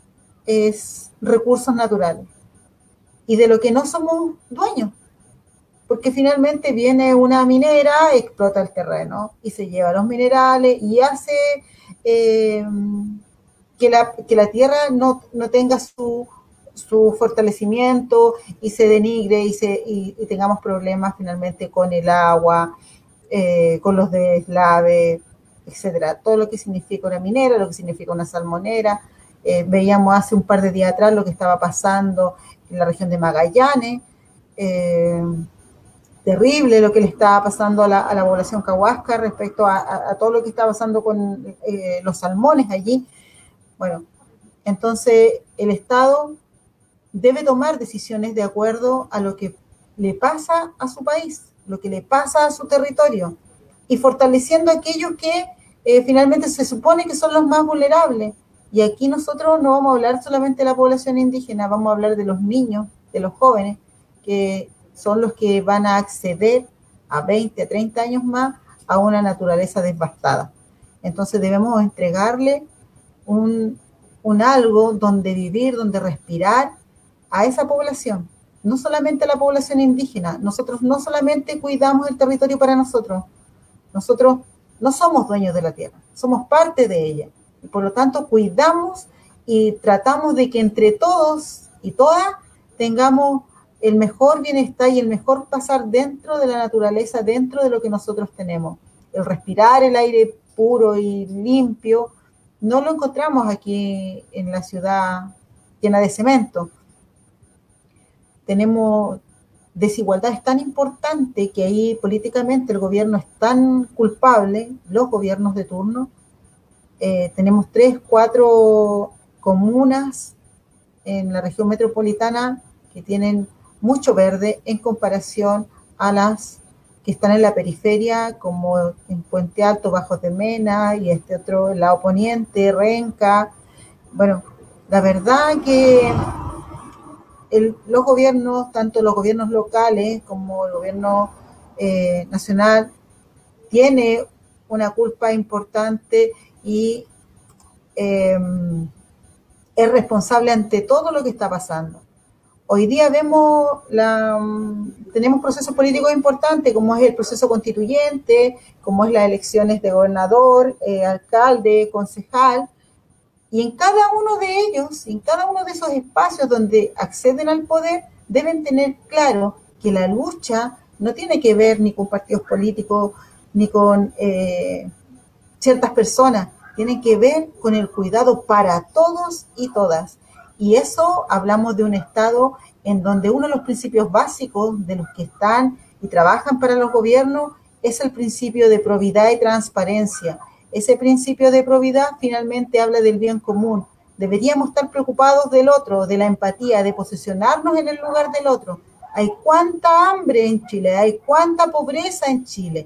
es recursos naturales, y de lo que no somos dueños, porque finalmente viene una minera, explota el terreno y se lleva los minerales y hace eh, que, la, que la tierra no, no tenga su, su fortalecimiento y se denigre y, se, y, y tengamos problemas finalmente con el agua, eh, con los deslaves, etcétera, todo lo que significa una minera, lo que significa una salmonera. Eh, veíamos hace un par de días atrás lo que estaba pasando en la región de Magallanes, eh, terrible lo que le estaba pasando a la, a la población cahuasca respecto a, a, a todo lo que está pasando con eh, los salmones allí. Bueno, entonces el Estado debe tomar decisiones de acuerdo a lo que le pasa a su país, lo que le pasa a su territorio, y fortaleciendo a aquellos que eh, finalmente se supone que son los más vulnerables. Y aquí nosotros no vamos a hablar solamente de la población indígena, vamos a hablar de los niños, de los jóvenes, que son los que van a acceder a veinte, a treinta años más a una naturaleza devastada. Entonces debemos entregarle un, un algo donde vivir, donde respirar a esa población, no solamente a la población indígena. Nosotros no solamente cuidamos el territorio para nosotros, nosotros no somos dueños de la tierra, somos parte de ella. Y por lo tanto, cuidamos y tratamos de que entre todos y todas tengamos el mejor bienestar y el mejor pasar dentro de la naturaleza, dentro de lo que nosotros tenemos. El respirar el aire puro y limpio no lo encontramos aquí en la ciudad llena de cemento. Tenemos desigualdades tan importantes que ahí políticamente el gobierno es tan culpable, los gobiernos de turno. Eh, tenemos tres, cuatro comunas en la región metropolitana que tienen mucho verde en comparación a las que están en la periferia, como en Puente Alto, Bajos de Mena, y este otro, el lado poniente, Renca. Bueno, la verdad que el, los gobiernos, tanto los gobiernos locales como el gobierno eh, nacional, tiene una culpa importante y eh, es responsable ante todo lo que está pasando. Hoy día vemos, la, tenemos procesos políticos importantes, como es el proceso constituyente, como es las elecciones de gobernador, eh, alcalde, concejal, y en cada uno de ellos, en cada uno de esos espacios donde acceden al poder, deben tener claro que la lucha no tiene que ver ni con partidos políticos, ni con eh, ciertas personas, tiene que ver con el cuidado para todos y todas. Y eso hablamos de un Estado en donde uno de los principios básicos de los que están y trabajan para los gobiernos es el principio de probidad y transparencia. Ese principio de probidad finalmente habla del bien común. Deberíamos estar preocupados del otro, de la empatía, de posicionarnos en el lugar del otro. Hay cuánta hambre en Chile, hay cuánta pobreza en Chile.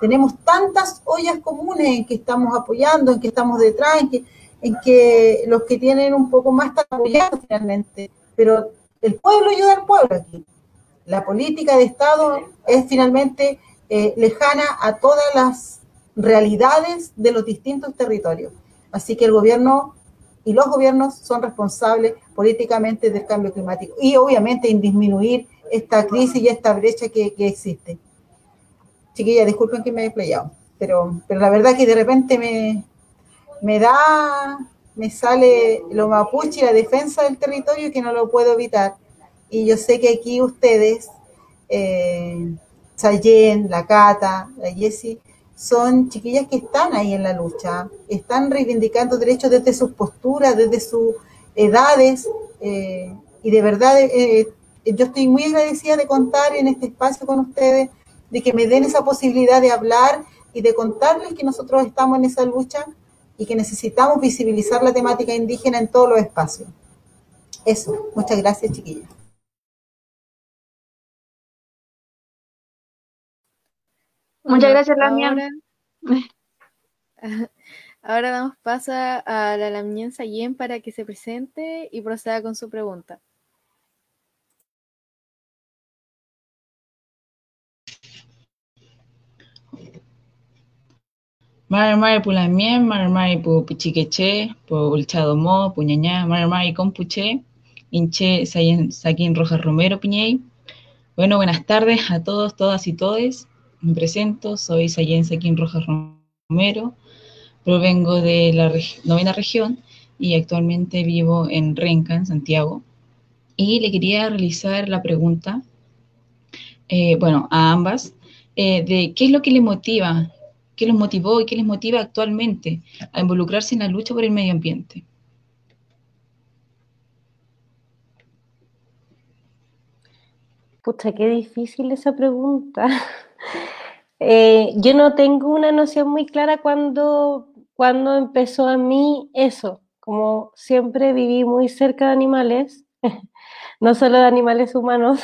tenemos tantas ollas comunes en que estamos apoyando, en que estamos detrás, en que, en que los que tienen un poco más están apoyando finalmente, pero el pueblo ayuda al pueblo aquí. La política de Estado es finalmente eh, lejana a todas las realidades de los distintos territorios. Así que el gobierno y los gobiernos son responsables políticamente del cambio climático y obviamente en disminuir esta crisis y esta brecha que, que existe. Chiquilla, disculpen que me he desplayado, pero, pero la verdad que de repente me, me da, me sale lo mapuche y la defensa del territorio que no lo puedo evitar. Y yo sé que aquí ustedes, eh, Sayen, la Cata, la Jessie, son chiquillas que están ahí en la lucha, están reivindicando derechos desde sus posturas, desde sus edades, eh, y de verdad eh, yo estoy muy agradecida de contar en este espacio con ustedes, de que me den esa posibilidad de hablar y de contarles que nosotros estamos en esa lucha y que necesitamos visibilizar la temática indígena en todos los espacios. Eso, muchas gracias, chiquillas. Muchas gracias, Lamia. Ahora, ahora damos paso a la Lamien Sayen para que se presente y proceda con su pregunta. Marmari pulamien, marmari pu pichiqueche, pu ulchadomo, puñañá, marmari compuche, hinche Sayen Saquín Rojas Romero Piñey. Bueno, buenas tardes a todos, todas y todes. Me presento, soy Sayen Saquín Rojas Romero, provengo de la reg novena región y actualmente vivo en Renca, en Santiago. Y le quería realizar la pregunta, eh, bueno, a ambas, eh, de qué es lo que le motiva, qué los motivó y qué les motiva actualmente a involucrarse en la lucha por el medio ambiente. Pucha, qué difícil esa pregunta. eh, yo no tengo una noción muy clara cuando, cuando empezó a mí eso. Como siempre viví muy cerca de animales, no solo de animales humanos.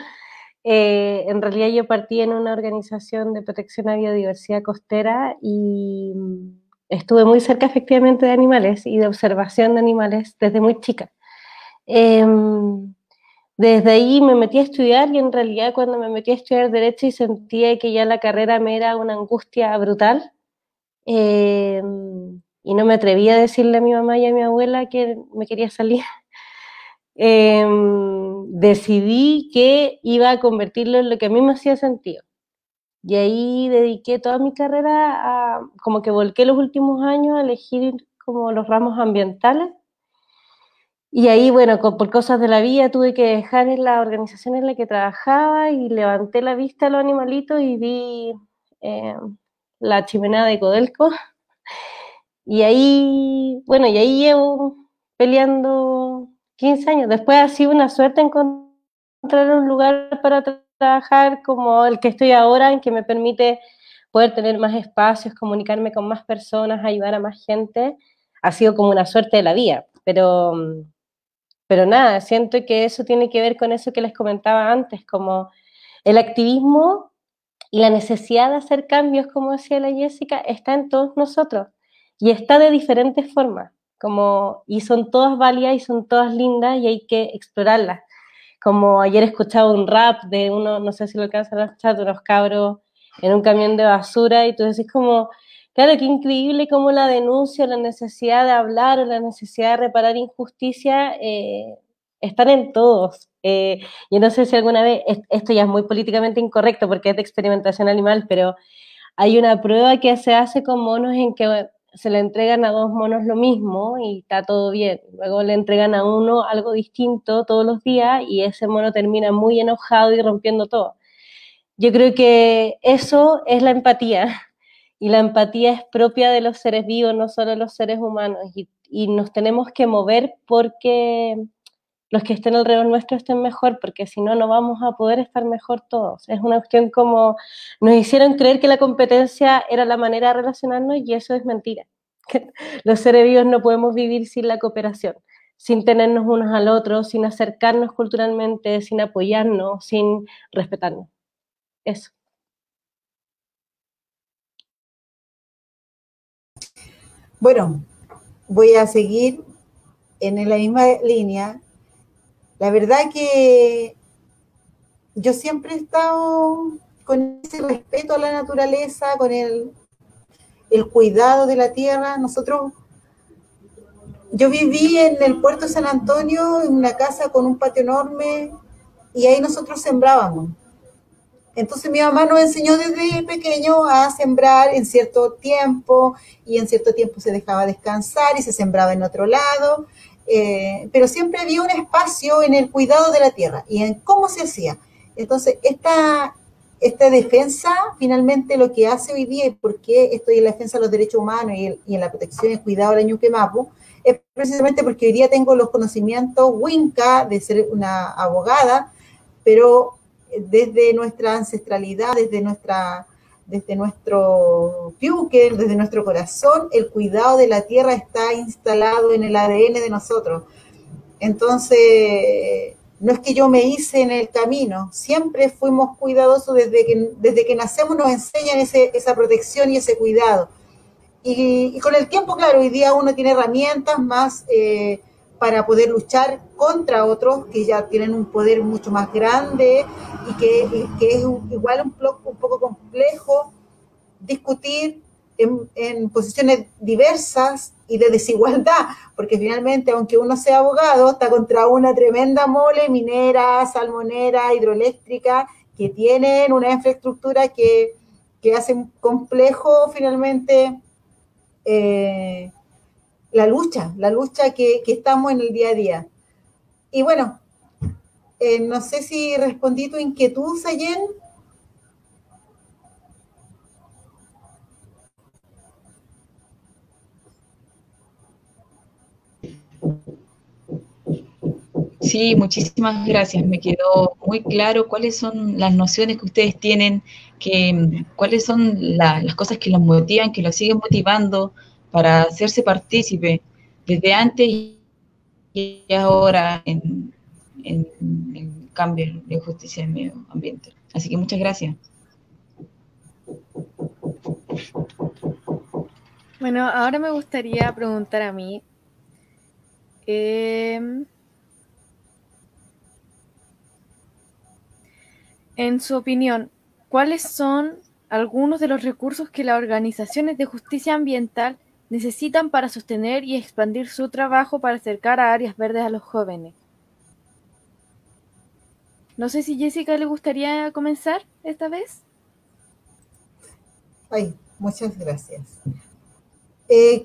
eh, en realidad yo partí en una organización de protección a biodiversidad costera y estuve muy cerca efectivamente de animales y de observación de animales desde muy chica. Eh, Desde ahí me metí a estudiar y en realidad cuando me metí a estudiar Derecho y sentía que ya la carrera me era una angustia brutal, eh, y no me atrevía a decirle a mi mamá y a mi abuela que me quería salir, eh, decidí que iba a convertirlo en lo que a mí me hacía sentido. Y ahí dediqué toda mi carrera a, como que volqué los últimos años a elegir como los ramos ambientales. Y ahí, bueno, por cosas de la vida tuve que dejar en la organización en la que trabajaba y levanté la vista a los animalitos y vi eh, la chimenea de Codelco. Y ahí, bueno, y ahí llevo peleando quince años. Después ha sido una suerte encontrar un lugar para tra trabajar como el que estoy ahora, en que me permite poder tener más espacios, comunicarme con más personas, ayudar a más gente. Ha sido como una suerte de la vida, pero... Pero nada, siento que eso tiene que ver con eso que les comentaba antes, como el activismo y la necesidad de hacer cambios, como decía la Jessica, está en todos nosotros y está de diferentes formas, como, y son todas válidas y son todas lindas y hay que explorarlas. Como ayer escuchaba un rap de uno, no sé si lo alcanzan a escuchar, de unos cabros en un camión de basura y tú decís como... Claro, qué increíble cómo la denuncia, la necesidad de hablar o la necesidad de reparar injusticia eh, están en todos. Eh, yo no sé si alguna vez, esto ya es muy políticamente incorrecto porque es de experimentación animal, pero hay una prueba que se hace con monos en que se le entregan a dos monos lo mismo y está todo bien. Luego le entregan a uno algo distinto todos los días y ese mono termina muy enojado y rompiendo todo. Yo creo que eso es la empatía. Y la empatía es propia de los seres vivos, no solo de los seres humanos. Y, y nos tenemos que mover porque los que estén alrededor nuestro estén mejor, porque si no, no vamos a poder estar mejor todos. Es una cuestión como nos hicieron creer que la competencia era la manera de relacionarnos y eso es mentira. Los seres vivos no podemos vivir sin la cooperación, sin tenernos unos al otro, sin acercarnos culturalmente, sin apoyarnos, sin respetarnos. Eso. Bueno, voy a seguir en la misma línea. La verdad que yo siempre he estado con ese respeto a la naturaleza, con el, el cuidado de la tierra. Nosotros, yo viví en el puerto de San Antonio, en una casa con un patio enorme, y ahí nosotros sembrábamos. Entonces mi mamá nos enseñó desde pequeño a sembrar en cierto tiempo, y en cierto tiempo se dejaba descansar y se sembraba en otro lado, eh, pero siempre había un espacio en el cuidado de la tierra y en cómo se hacía. Entonces esta, esta defensa finalmente lo que hace hoy día, y por qué estoy en la defensa de los derechos humanos y, el, y en la protección y el cuidado de la Ñuque Mapu, es precisamente porque hoy día tengo los conocimientos Winca de ser una abogada, pero desde nuestra ancestralidad, desde nuestra, desde nuestro piuque, desde nuestro corazón, el cuidado de la tierra está instalado en el A D N de nosotros. Entonces, no es que yo me hice en el camino, siempre fuimos cuidadosos desde que, desde que nacemos, nos enseñan ese, esa protección y ese cuidado. Y, y con el tiempo, claro, hoy día uno tiene herramientas más eh, para poder luchar contra otros que ya tienen un poder mucho más grande y que, que es un, igual un, un poco complejo discutir en, en posiciones diversas y de desigualdad, porque finalmente, aunque uno sea abogado, está contra una tremenda mole minera, salmonera, hidroeléctrica, que tienen una infraestructura que, que hace complejo finalmente eh, la lucha, la lucha que, que estamos en el día a día. Y bueno, eh, no sé si respondí tu inquietud, Sayen. Sí, muchísimas gracias. Me quedó muy claro cuáles son las nociones que ustedes tienen, que, cuáles son la, las cosas que los motivan, que los siguen motivando para hacerse partícipe desde antes y ahora en, en el cambio de justicia del medio ambiente. Así que muchas gracias. Bueno, ahora me gustaría preguntar a mí, eh, en su opinión, ¿cuáles son algunos de los recursos que las organizaciones de justicia ambiental necesitan para sostener y expandir su trabajo para acercar a áreas verdes a los jóvenes? No sé si Jessica le gustaría comenzar esta vez. Ay, muchas gracias. Eh,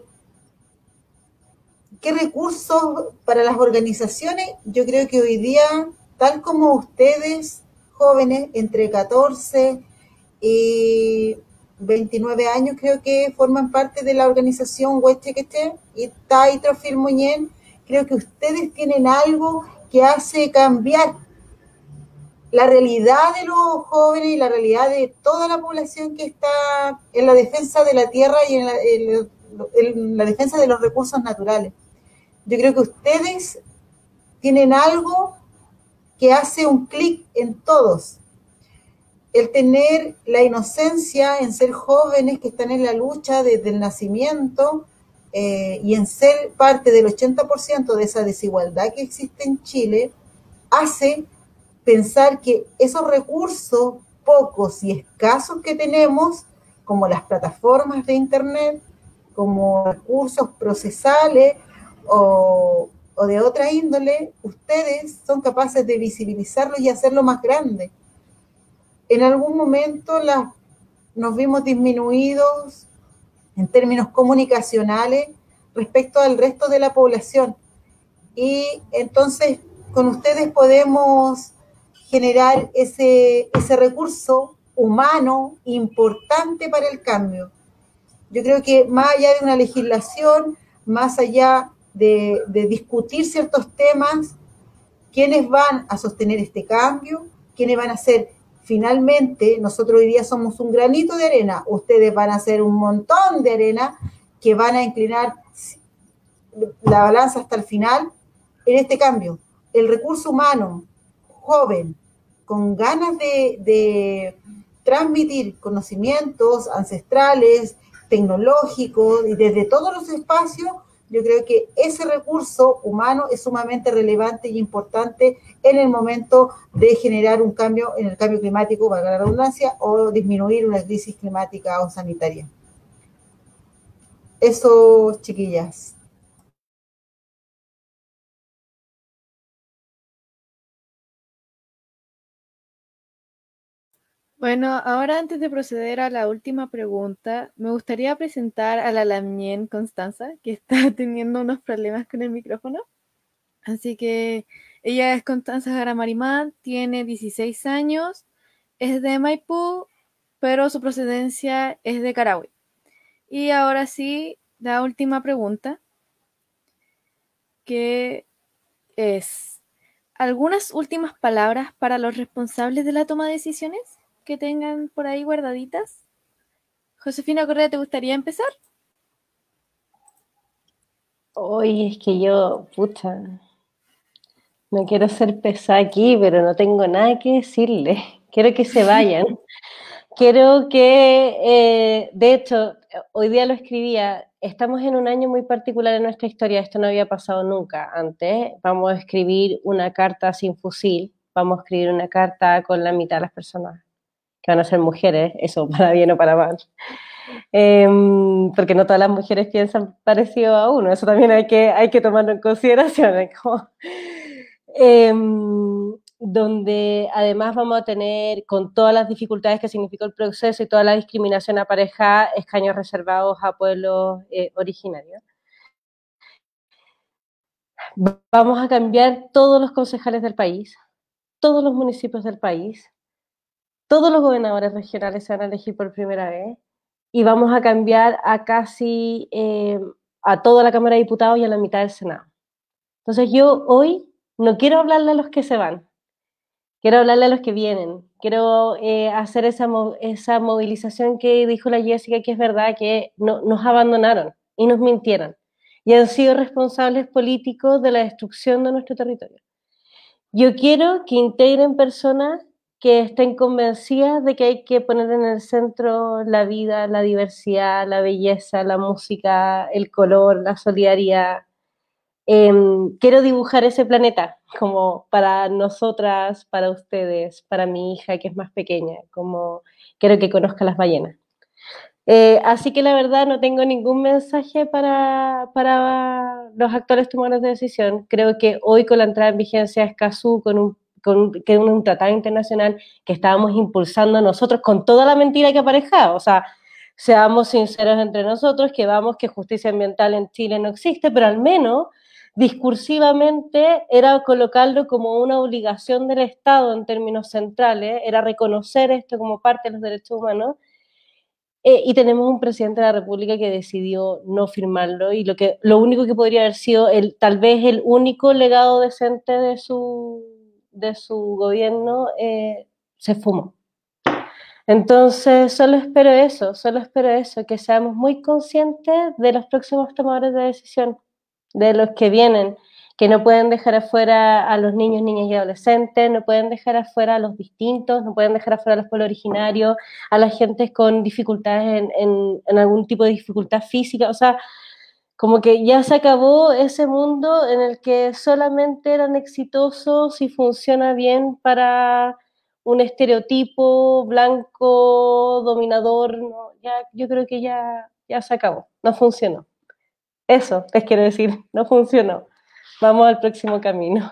¿Qué recursos para las organizaciones? Yo creo que hoy día, tal como ustedes, jóvenes, entre catorce y veintinueve años, creo que forman parte de la organización Huechequeche y Taitrofil Muñén, creo que ustedes tienen algo que hace cambiar la realidad de los jóvenes y la realidad de toda la población que está en la defensa de la tierra y en la, en, en la defensa de los recursos naturales. Yo creo que ustedes tienen algo que hace un clic en todos. El tener la inocencia en ser jóvenes que están en la lucha desde el nacimiento eh, y en ser parte del ochenta por ciento de esa desigualdad que existe en Chile, hace pensar que esos recursos pocos y escasos que tenemos, como las plataformas de internet, como recursos procesales o, o de otra índole, ustedes son capaces de visibilizarlo y hacerlo más grande. En algún momento la, nos vimos disminuidos en términos comunicacionales respecto al resto de la población. Y entonces con ustedes podemos generar ese, ese recurso humano importante para el cambio. Yo creo que más allá de una legislación, más allá de, de discutir ciertos temas, ¿quiénes van a sostener este cambio? ¿Quiénes van a ser finalmente? Nosotros hoy día somos un granito de arena, ustedes van a ser un montón de arena que van a inclinar la balanza hasta el final en este cambio. El recurso humano joven, con ganas de, de transmitir conocimientos ancestrales tecnológicos y desde todos los espacios, yo creo que ese recurso humano es sumamente relevante y importante en el momento de generar un cambio en el cambio climático, valga la redundancia, o disminuir una crisis climática o sanitaria. Eso, chiquillas. Bueno, ahora antes de proceder a la última pregunta, me gustaría presentar a la Lamien Constanza, que está teniendo unos problemas con el micrófono. Así que ella es Constanza Garamarimán, tiene dieciséis años, es de Maipú, pero su procedencia es de Carahui. Y ahora sí, la última pregunta, que es, ¿algunas últimas palabras para los responsables de la toma de decisiones que tengan por ahí guardaditas? Josefina Correa, ¿te gustaría empezar? Oye, es que yo, pucha, no quiero ser pesada aquí, pero no tengo nada que decirle. Quiero que se vayan. Quiero que, eh, de hecho, hoy día lo escribía, estamos en un año muy particular en nuestra historia, esto no había pasado nunca antes. Vamos a escribir una carta sin fusil, vamos a escribir una carta con la mitad de las personas, que van a ser mujeres, eso para bien o para mal. Eh, porque no todas las mujeres piensan parecido a uno, eso también hay que, hay que tomarlo en consideración. Como, eh, donde además vamos a tener, con todas las dificultades que significó el proceso y toda la discriminación aparejada, escaños reservados a pueblos eh, originarios. Vamos a cambiar todos los concejales del país, todos los municipios del país, todos los gobernadores regionales se van a elegir por primera vez, y vamos a cambiar a casi eh, a toda la Cámara de Diputados y a la mitad del Senado. Entonces yo hoy no quiero hablarle a los que se van, quiero hablarle a los que vienen, quiero eh, hacer esa, esa movilización que dijo la Jessica, que es verdad, que no, nos abandonaron y nos mintieron, y han sido responsables políticos de la destrucción de nuestro territorio. Yo quiero que integren personas que estén convencidas de que hay que poner en el centro la vida, la diversidad, la belleza, la música, el color, la solidaridad. Eh, quiero dibujar ese planeta como para nosotras, para ustedes, para mi hija que es más pequeña, como quiero que conozca las ballenas. Eh, así que la verdad no tengo ningún mensaje para, para los actuales tomadores de decisión. Creo que hoy con la entrada en vigencia de Escazú, con un con que un, un tratado internacional que estábamos impulsando nosotros con toda la mentira que aparejaba, o sea, seamos sinceros entre nosotros, que vamos, que justicia ambiental en Chile no existe, pero al menos discursivamente era colocarlo como una obligación del Estado en términos centrales, era reconocer esto como parte de los derechos humanos, eh, y tenemos un presidente de la República que decidió no firmarlo, y lo, que, lo único que podría haber sido el, tal vez el único legado decente de su de su gobierno eh, se fumó. Entonces, solo espero eso, solo espero eso, que seamos muy conscientes de los próximos tomadores de decisión, de los que vienen, que no pueden dejar afuera a los niños, niñas y adolescentes, no pueden dejar afuera a los distintos, no pueden dejar afuera a los pueblos originarios, a la gente con dificultades en, en, en algún tipo de dificultad física, o sea, como que ya se acabó ese mundo en el que solamente eran exitosos y funciona bien para un estereotipo blanco, dominador, ¿no? Ya, yo creo que ya, ya se acabó, no funcionó. Eso les quiero decir, no funcionó. Vamos al próximo camino.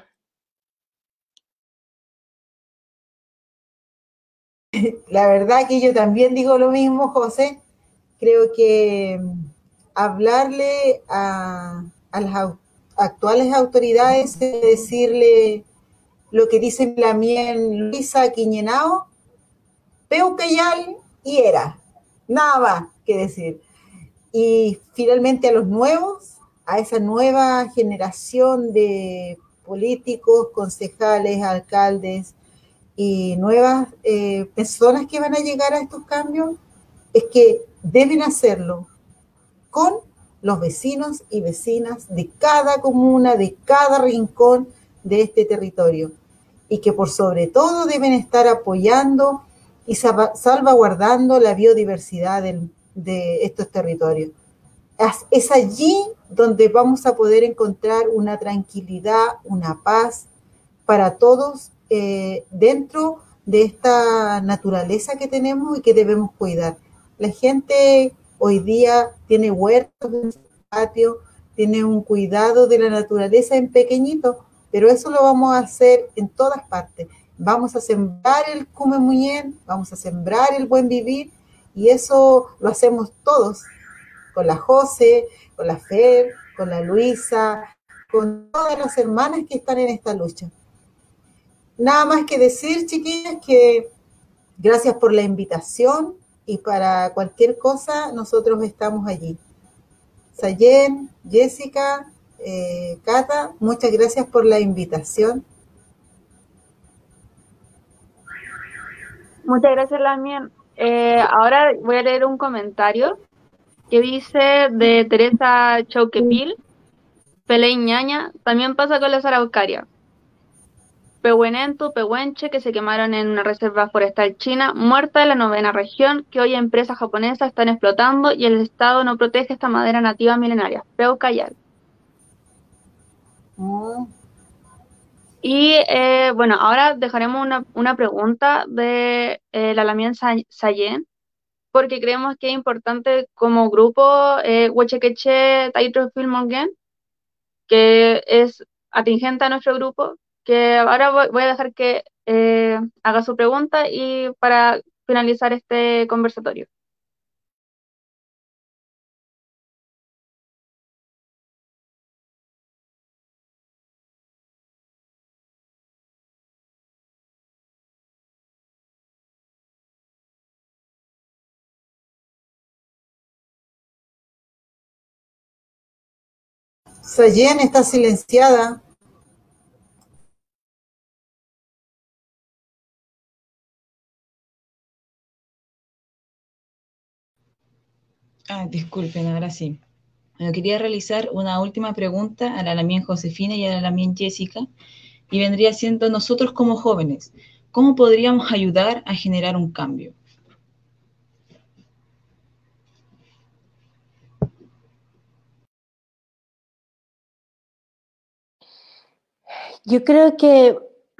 La verdad que yo también digo lo mismo, José. Creo que hablarle a, a las actuales autoridades, decirle lo que dice la mien Luisa Quiñenao, Peucayal y era, nada más que decir. Y finalmente a los nuevos, a esa nueva generación de políticos, concejales, alcaldes y nuevas eh, personas que van a llegar a estos cambios, es que deben hacerlo con los vecinos y vecinas de cada comuna, de cada rincón de este territorio, y que por sobre todo deben estar apoyando y salvaguardando la biodiversidad del, de estos territorios. Es allí donde vamos a poder encontrar una tranquilidad, una paz para todos eh, dentro de esta naturaleza que tenemos y que debemos cuidar. La gente hoy día tiene huertos en su patio, tiene un cuidado de la naturaleza en pequeñito, pero eso lo vamos a hacer en todas partes. Vamos a sembrar el Cumemuñén, vamos a sembrar el buen vivir, y eso lo hacemos todos, con la José, con la Fer, con la Luisa, con todas las hermanas que están en esta lucha. Nada más que decir, chiquillas, que gracias por la invitación, y para cualquier cosa nosotros estamos allí. Sayen, Jessica, eh, Cata, muchas gracias por la invitación. Muchas gracias, Lamien. Eh, ahora voy a leer un comentario que dice de Teresa Chauquepil, Peley ñaña, también pasa con las araucarias. Pehuenentu, Pehuenche, que se quemaron en una reserva forestal china, muerta en la novena región, que hoy empresas japonesas están explotando y el Estado no protege esta madera nativa milenaria. Peucayal. Mm. Y eh, bueno, ahora dejaremos una, una pregunta de eh, la Lamien Sayen, porque creemos que es importante como grupo eh, Huechequeche Taito Filmongen, que es atingente a nuestro grupo, que ahora voy, voy a dejar que eh, haga su pregunta y para finalizar este conversatorio. Sayen está silenciada. Ah, disculpen, ahora sí. Bueno, quería realizar una última pregunta a la Lamien Josefina y a la Lamien Jessica, y vendría siendo: nosotros como jóvenes, ¿cómo podríamos ayudar a generar un cambio? Yo creo que,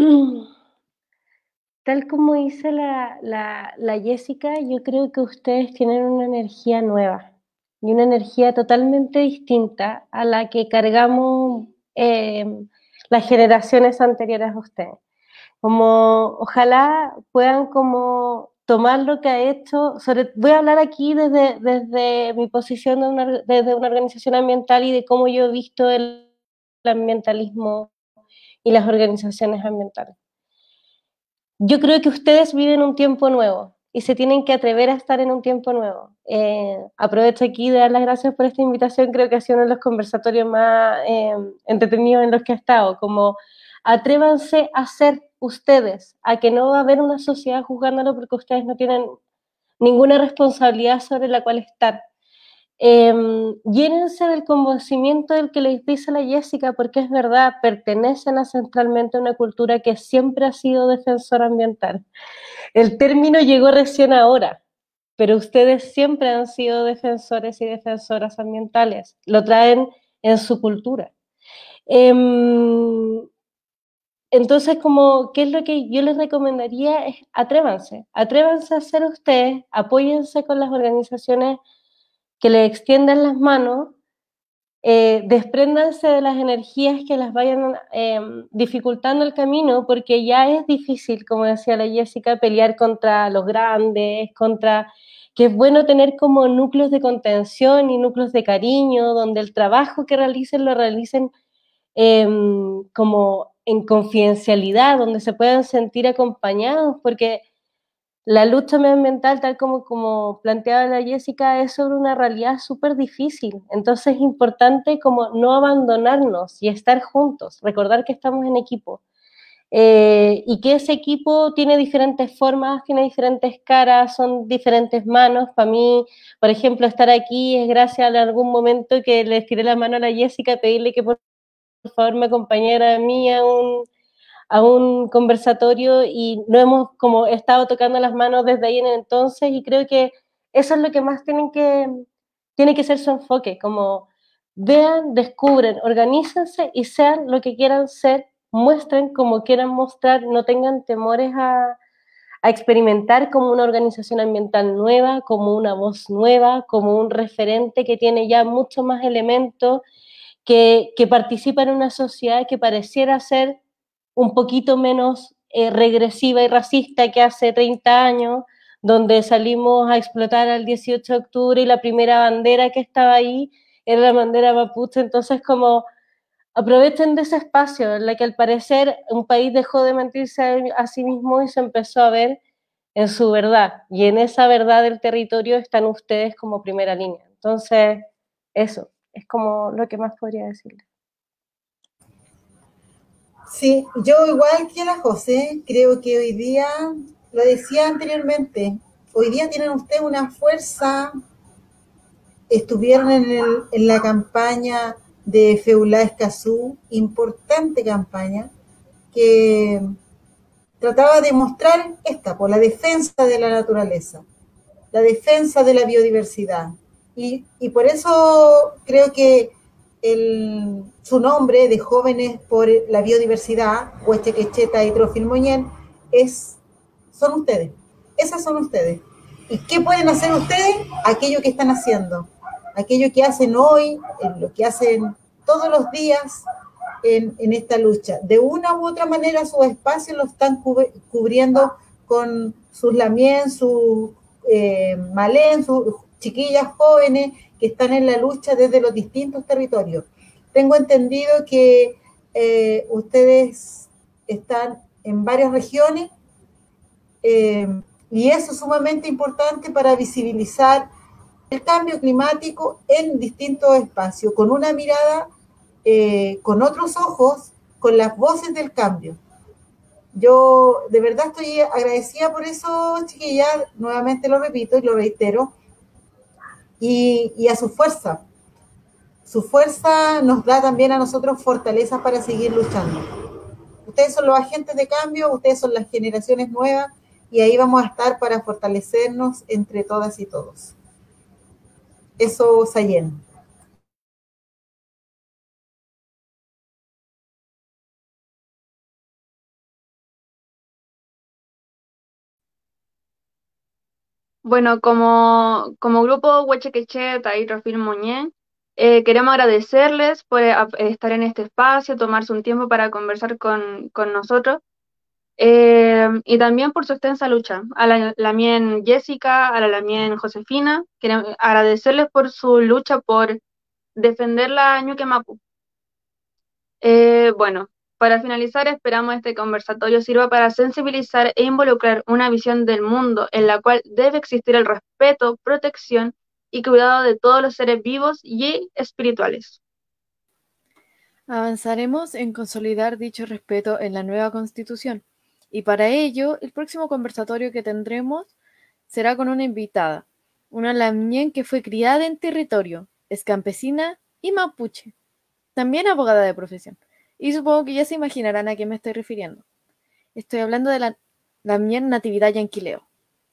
tal como dice la, la, la Jessica, yo creo que ustedes tienen una energía nueva y una energía totalmente distinta a la que cargamos eh, las generaciones anteriores a ustedes. Como ojalá puedan como tomar lo que ha hecho, sobre, voy a hablar aquí desde, desde mi posición de una, desde una organización ambiental y de cómo yo he visto el ambientalismo y las organizaciones ambientales. Yo creo que ustedes viven un tiempo nuevo y se tienen que atrever a estar en un tiempo nuevo. Eh, aprovecho aquí de dar las gracias por esta invitación, creo que ha sido uno de los conversatorios más eh, entretenidos en los que he estado, como atrévanse a ser ustedes, a que no va a haber una sociedad juzgándolo porque ustedes no tienen ninguna responsabilidad sobre la cual estar. Eh, llénense del conocimiento del que les dice la Jessica, porque es verdad, pertenecen ancestralmente a una cultura que siempre ha sido defensora ambiental. El término llegó recién ahora, pero ustedes siempre han sido defensores y defensoras ambientales, lo traen en su cultura. Eh, entonces, como, ¿qué es lo que yo les recomendaría? Es atrévanse, atrévanse a ser ustedes, apóyense con las organizaciones que les extiendan las manos, eh, despréndanse de las energías que las vayan eh, dificultando el camino, porque ya es difícil, como decía la Jessica, pelear contra los grandes, contra que es bueno tener como núcleos de contención y núcleos de cariño, donde el trabajo que realicen lo realicen eh, como en confidencialidad, donde se puedan sentir acompañados, porque la lucha medioambiental, tal como, como planteaba la Jessica, es sobre una realidad súper difícil. Entonces es importante como no abandonarnos y estar juntos, recordar que estamos en equipo. Eh, y que ese equipo tiene diferentes formas, tiene diferentes caras, son diferentes manos. Para mí, por ejemplo, estar aquí es gracias a algún momento que le estiré la mano a la Jessica, pedirle que por favor me acompañara a mí a un a un conversatorio y no hemos como estado tocando las manos desde ahí en el entonces, y creo que Eso es lo que más tienen que, tiene que ser su enfoque, como vean, descubren, organícense y sean lo que quieran ser, muestren como quieran mostrar, no tengan temores a, a experimentar como una organización ambiental nueva, como una voz nueva, como un referente que tiene ya mucho más elementos, que, que participa en una sociedad que pareciera ser un poquito menos eh, regresiva y racista que hace treinta años, donde salimos a explotar al dieciocho de octubre y la primera bandera que estaba ahí era la bandera mapuche. Entonces, como aprovechen de ese espacio en la que al parecer un país dejó de mentirse a, a sí mismo y se empezó a ver en su verdad, y en esa verdad del territorio están ustedes como primera línea. Entonces, eso es como lo que más podría decirles. Sí, yo igual que la José, creo que hoy día, lo decía anteriormente, hoy día tienen ustedes una fuerza, estuvieron en, el, en la campaña de Feulá Escazú, importante campaña, que trataba de mostrar esta, por la defensa de la naturaleza, la defensa de la biodiversidad. Y, y por eso creo que el, su nombre de Jóvenes por la Biodiversidad, Huechequecheta y Trofilmoñén, es, son ustedes. Esas son ustedes. ¿Y qué pueden hacer ustedes? Aquello que están haciendo. Aquello que hacen hoy, lo que hacen todos los días en, en esta lucha. De una u otra manera, sus espacios los están cubriendo con sus lamien, sus eh, malén, sus chiquillas jóvenes que están en la lucha desde los distintos territorios. Tengo entendido que eh, ustedes están en varias regiones eh, y eso es sumamente importante para visibilizar el cambio climático en distintos espacios, con una mirada, eh, con otros ojos, con las voces del cambio. Yo de verdad estoy agradecida por eso, chiquillas, nuevamente lo repito y lo reitero, y, y a su fuerza. Su fuerza nos da también a nosotros fortaleza para seguir luchando. Ustedes son los agentes de cambio, ustedes son las generaciones nuevas, y ahí vamos a estar para fortalecernos entre todas y todos. Eso, Sayen. Bueno, como, como grupo Huechequecheta y Rafil Moñé, eh, queremos agradecerles por eh, ap- estar en este espacio, tomarse un tiempo para conversar con, con nosotros, eh, y también por su extensa lucha. A la, la mien Jessica, a la, la mien Josefina, queremos agradecerles por su lucha por defender la Ñuque Mapu. Eh, bueno, para finalizar, esperamos este conversatorio sirva para sensibilizar e involucrar una visión del mundo en la cual debe existir el respeto, protección y cuidado de todos los seres vivos y espirituales. Avanzaremos en consolidar dicho respeto en la nueva Constitución, y para ello el próximo conversatorio que tendremos será con una invitada, una lamien que fue criada en territorio, es campesina y mapuche, también abogada de profesión, y supongo que ya se imaginarán a qué me estoy refiriendo. Estoy hablando de la lamien Natividad Yanquileo.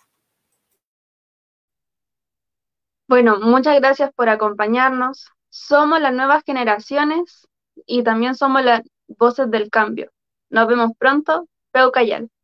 Bueno, muchas gracias por acompañarnos. Somos las nuevas generaciones y también somos las voces del cambio. Nos vemos pronto. Peucayal.